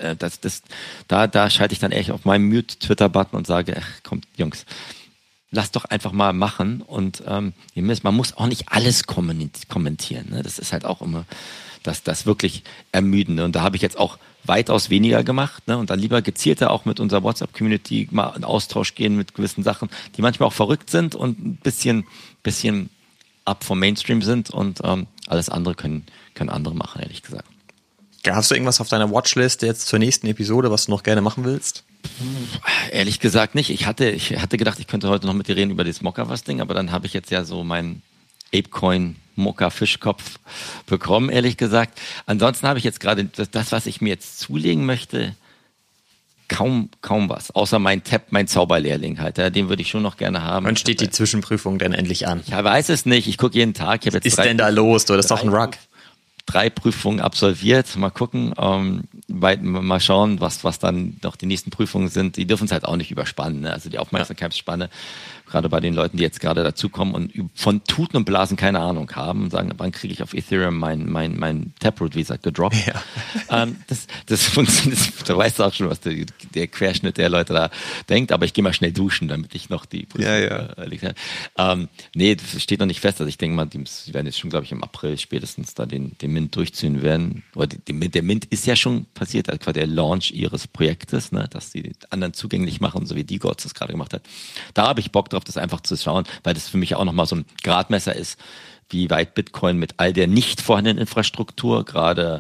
Da schalte ich dann ehrlich auf meinen Mute-Twitter-Button und sage, kommt, Jungs, lass doch einfach mal machen und man muss auch nicht alles kommentieren. Ne? Das ist halt auch immer das wirklich Ermüdende. Und da habe ich jetzt auch weitaus weniger gemacht, ne? Und dann lieber gezielter auch mit unserer WhatsApp-Community mal in Austausch gehen mit gewissen Sachen, die manchmal auch verrückt sind und ein bisschen ab vom Mainstream sind und alles andere können andere machen, ehrlich gesagt. Hast du irgendwas auf deiner Watchlist jetzt zur nächsten Episode, was du noch gerne machen willst? Ehrlich gesagt nicht. Ich hatte gedacht, ich könnte heute noch mit dir reden über das Mockavers-Ding, aber dann habe ich jetzt ja so meinen Apecoin Mokka-Fischkopf bekommen, ehrlich gesagt. Ansonsten habe ich jetzt gerade das, was ich mir jetzt zulegen möchte, kaum was. Außer mein Zauberlehrling halt. Ja, den würde ich schon noch gerne haben. Wann steht die Zwischenprüfung denn endlich an? Ich weiß es nicht. Ich gucke jeden Tag. Ich habe jetzt was ist denn da los? Du, das ist doch ein Rug. 3 Prüfungen absolviert. Mal gucken, mal schauen, was dann noch die nächsten Prüfungen sind. Die dürfen es halt auch nicht überspannen. Ne? Also die Aufmerksamkeitsspanne, gerade bei den Leuten, die jetzt gerade dazukommen und von Tuten und Blasen keine Ahnung haben und sagen, wann kriege ich auf Ethereum mein Taproot-Visa gedroppt. Ja. Das funktioniert, da weißt du auch schon, was der Querschnitt der Leute da denkt, aber ich gehe mal schnell duschen, damit ich noch die Prüfung nee, das steht noch nicht fest. Also ich denke mal, die werden jetzt schon, glaube ich, im April spätestens da den Mint durchziehen werden. Oder der Mint ist ja schon passiert, also der Launch ihres Projektes, ne, dass die anderen zugänglich machen, so wie DeGods das gerade gemacht hat. Da habe ich Bock drauf, das einfach zu schauen, weil das für mich auch nochmal so ein Gradmesser ist, wie weit Bitcoin mit all der nicht vorhandenen Infrastruktur gerade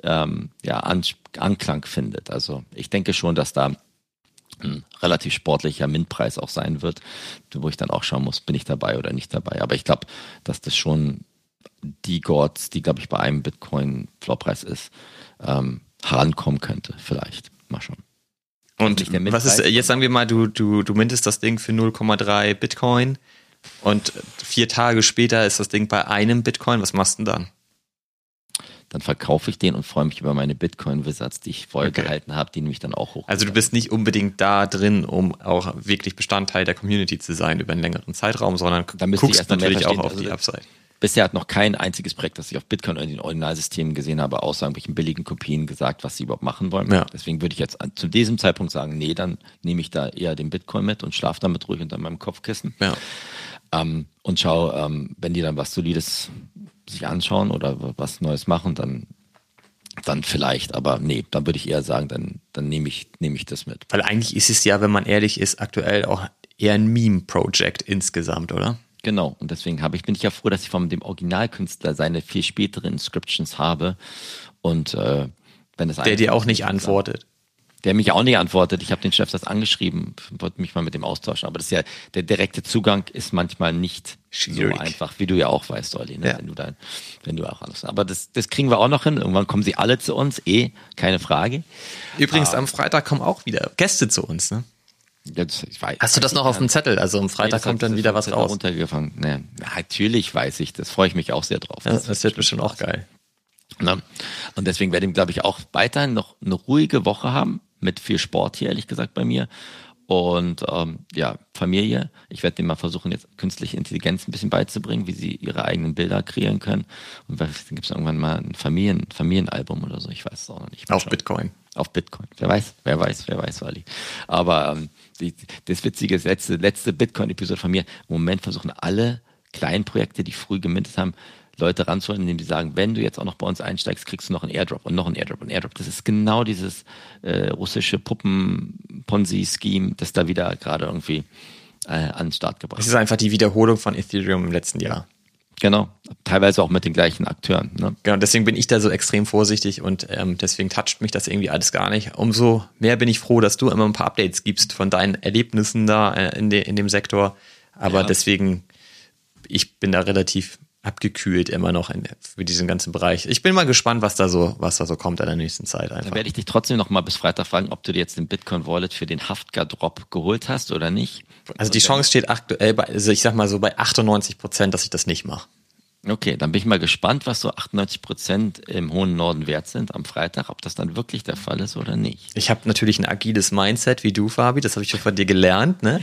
Anklang findet. Also ich denke schon, dass da ein relativ sportlicher Mintpreis auch sein wird, wo ich dann auch schauen muss, bin ich dabei oder nicht dabei. Aber ich glaube, dass das schon die Gods, die, glaube ich, bei einem Bitcoin-Floorpreis ist, herankommen könnte, vielleicht. Mal schauen. Und was ist, jetzt sagen wir mal, du mintest das Ding für 0,3 Bitcoin und 4 Tage später ist das Ding bei einem Bitcoin. Was machst du denn dann? Dann verkaufe ich den und freue mich über meine Bitcoin-Wizards, die ich vorher gehalten habe, die nämlich dann auch hoch. Also du bist nicht unbedingt da drin, um auch wirklich Bestandteil der Community zu sein über einen längeren Zeitraum, sondern guckst natürlich auch auf die Upside. Bisher hat noch kein einziges Projekt, das ich auf Bitcoin oder in den Originalsystemen gesehen habe, außer irgendwelchen billigen Kopien gesagt, was sie überhaupt machen wollen. Ja. Deswegen würde ich jetzt zu diesem Zeitpunkt sagen, nee, dann nehme ich da eher den Bitcoin mit und schlafe damit ruhig unter meinem Kopfkissen. Ja. Und schau, wenn die dann was Solides sich anschauen oder was Neues machen, dann vielleicht. Aber nee, dann würde ich eher sagen, dann nehme ich das mit. Weil eigentlich ist es ja, wenn man ehrlich ist, aktuell auch eher ein Meme-Project insgesamt, oder? Genau, und deswegen bin ich ja froh, dass ich von dem Originalkünstler seine viel späteren Inscriptions habe. Und wenn es der dir auch nicht antwortet. Der mich auch nicht antwortet. Ich habe den Chef das angeschrieben, wollte mich mal mit dem austauschen. Aber das ist ja, der direkte Zugang ist manchmal nicht schwierig. So einfach, wie du ja auch weißt, Olli, ne? Ja. Wenn du auch alles. Aber das kriegen wir auch noch hin. Irgendwann kommen sie alle zu uns, keine Frage. Übrigens, am Freitag kommen auch wieder Gäste zu uns, ne? Hast du das noch auf dem Zettel? Also am Freitag kommt dann wieder was raus. Runtergefangen. Nee, natürlich weiß ich, das freue ich mich auch sehr drauf. Ja, das wird bestimmt auch geil. Na? Und deswegen werde ich, glaube ich, auch weiterhin noch eine ruhige Woche haben, mit viel Sport hier, ehrlich gesagt, bei mir. Und Familie. Ich werde denen mal versuchen, jetzt künstliche Intelligenz ein bisschen beizubringen, wie sie ihre eigenen Bilder kreieren können. Und dann gibt es irgendwann mal ein Familienalbum oder so, ich weiß es auch noch nicht. Auf Bitcoin. Auf Bitcoin. Wer weiß, Wally. Aber das Witzige ist, letzte Bitcoin-Episode von mir, im Moment versuchen alle kleinen Projekte, die früh gemintet haben, Leute ranzuholen, indem die sagen, wenn du jetzt auch noch bei uns einsteigst, kriegst du noch einen Airdrop und noch einen Airdrop und Airdrop. Das ist genau dieses russische Puppen-Ponzi-Scheme, das da wieder gerade irgendwie an den Start gebracht wird. Es ist einfach die Wiederholung von Ethereum im letzten Jahr. Genau, teilweise auch mit den gleichen Akteuren. Ne? Genau, deswegen bin ich da so extrem vorsichtig und deswegen toucht mich das irgendwie alles gar nicht. Umso mehr bin ich froh, dass du immer ein paar Updates gibst von deinen Erlebnissen da in dem Sektor. Aber deswegen, ich bin da relativ abgekühlt immer noch für diesen ganzen Bereich. Ich bin mal gespannt, was da so kommt in der nächsten Zeit einfach. Dann werde ich dich trotzdem noch mal bis Freitag fragen, ob du dir jetzt den Bitcoin-Wallet für den Haftka-Drop geholt hast oder nicht. Also die Chance steht aktuell bei 98%, dass ich das nicht mache. Okay, dann bin ich mal gespannt, was so 98% im hohen Norden wert sind am Freitag, ob das dann wirklich der Fall ist oder nicht. Ich habe natürlich ein agiles Mindset wie du, Fabi, das habe ich schon von dir gelernt, ne?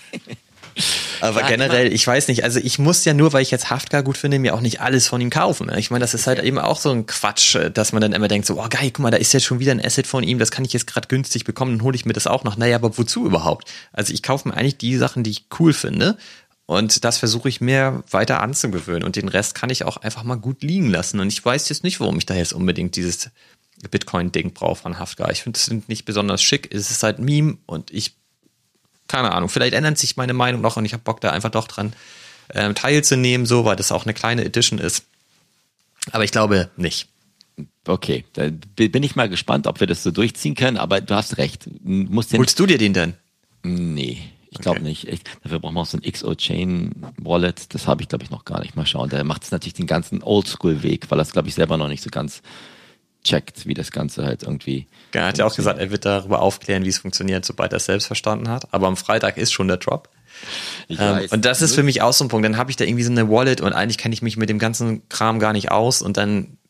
Aber generell, ich weiß nicht, also ich muss ja nur, weil ich jetzt Haftka gut finde, mir auch nicht alles von ihm kaufen. Ich meine, das ist halt eben auch so ein Quatsch, dass man dann immer denkt so, oh geil, guck mal, da ist jetzt schon wieder ein Asset von ihm, das kann ich jetzt gerade günstig bekommen, dann hole ich mir das auch noch. Naja, aber wozu überhaupt? Also ich kaufe mir eigentlich die Sachen, die ich cool finde und das versuche ich mir weiter anzugewöhnen und den Rest kann ich auch einfach mal gut liegen lassen und ich weiß jetzt nicht, warum ich da jetzt unbedingt dieses Bitcoin-Ding brauche von Haftka. Ich finde, es nicht besonders schick, es ist halt ein Meme und keine Ahnung, vielleicht ändert sich meine Meinung noch und ich habe Bock da einfach doch dran teilzunehmen, so, weil das auch eine kleine Edition ist. Aber ich glaube nicht. Okay, da bin ich mal gespannt, ob wir das so durchziehen können, aber du hast recht. Holst du dir den denn? Nee, ich glaube nicht. Dafür brauchen wir auch so ein XO-Chain-Wallet. Das habe ich, glaube ich, noch gar nicht. Mal schauen. Der macht es natürlich den ganzen Oldschool-Weg, weil er es, glaube ich, selber noch nicht so ganz checkt, wie das Ganze halt irgendwie. Er hat ja auch gesagt, er wird darüber aufklären, wie es funktioniert, sobald er es selbst verstanden hat. Aber am Freitag ist schon der Drop. Und das ist für mich auch so ein Punkt. Dann habe ich da irgendwie so eine Wallet und eigentlich kenne ich mich mit dem ganzen Kram gar nicht aus und dann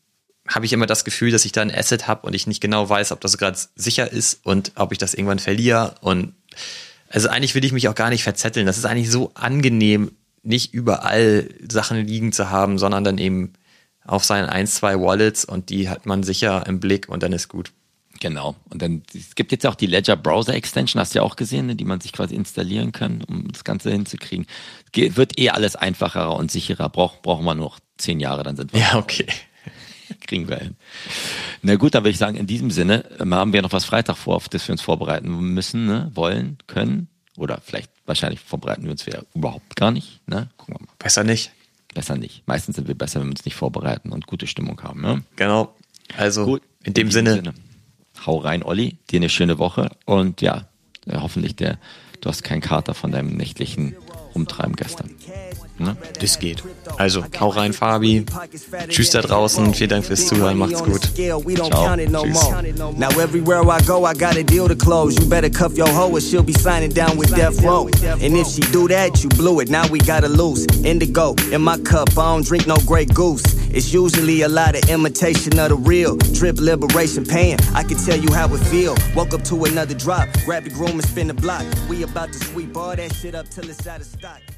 habe ich immer das Gefühl, dass ich da ein Asset habe und ich nicht genau weiß, ob das gerade sicher ist und ob ich das irgendwann verliere. Und also eigentlich will ich mich auch gar nicht verzetteln. Das ist eigentlich so angenehm, nicht überall Sachen liegen zu haben, sondern dann eben auf seinen 1-2 Wallets und die hat man sicher im Blick und dann ist gut. Genau. Und dann, es gibt jetzt auch die Ledger Browser Extension, hast du ja auch gesehen, ne, die man sich quasi installieren kann, um das Ganze hinzukriegen. Wird alles einfacher und sicherer. Brauchen wir nur noch 10 Jahre, dann sind wir. Ja, okay. Kriegen wir hin. Na gut, dann würde ich sagen, in diesem Sinne haben wir noch was Freitag vor, auf das wir uns vorbereiten müssen, ne? Wollen, können. Oder vielleicht, wahrscheinlich vorbereiten wir uns überhaupt gar nicht. Ne? Gucken wir mal. Besser nicht. Besser nicht. Meistens sind wir besser, wenn wir uns nicht vorbereiten und gute Stimmung haben. Ne? Genau. Also gut, in dem Sinne. Hau rein, Olli. Dir eine schöne Woche. Und ja, hoffentlich du hast keinen Kater von deinem nächtlichen Rumtreiben gestern. Ne? Das geht. Also, hau rein, Fabi. Tschüss da draußen. Vielen Dank fürs Zuhören. Macht's gut. Ciao. Tschüss. Now everywhere I go, I got a deal to close. You better cuff your hoe or she'll be signing down with Death Row. And if she do that, you blew it. Now we gotta lose. Indigo in my cup, I don't drink no Grey Goose. It's usually a lot of imitation of the real. Drip liberation pain. I can tell you how it feel. Woke up to another drop. Grab the groom and spin the block. We about to sweep all that shit up till it's out of stock.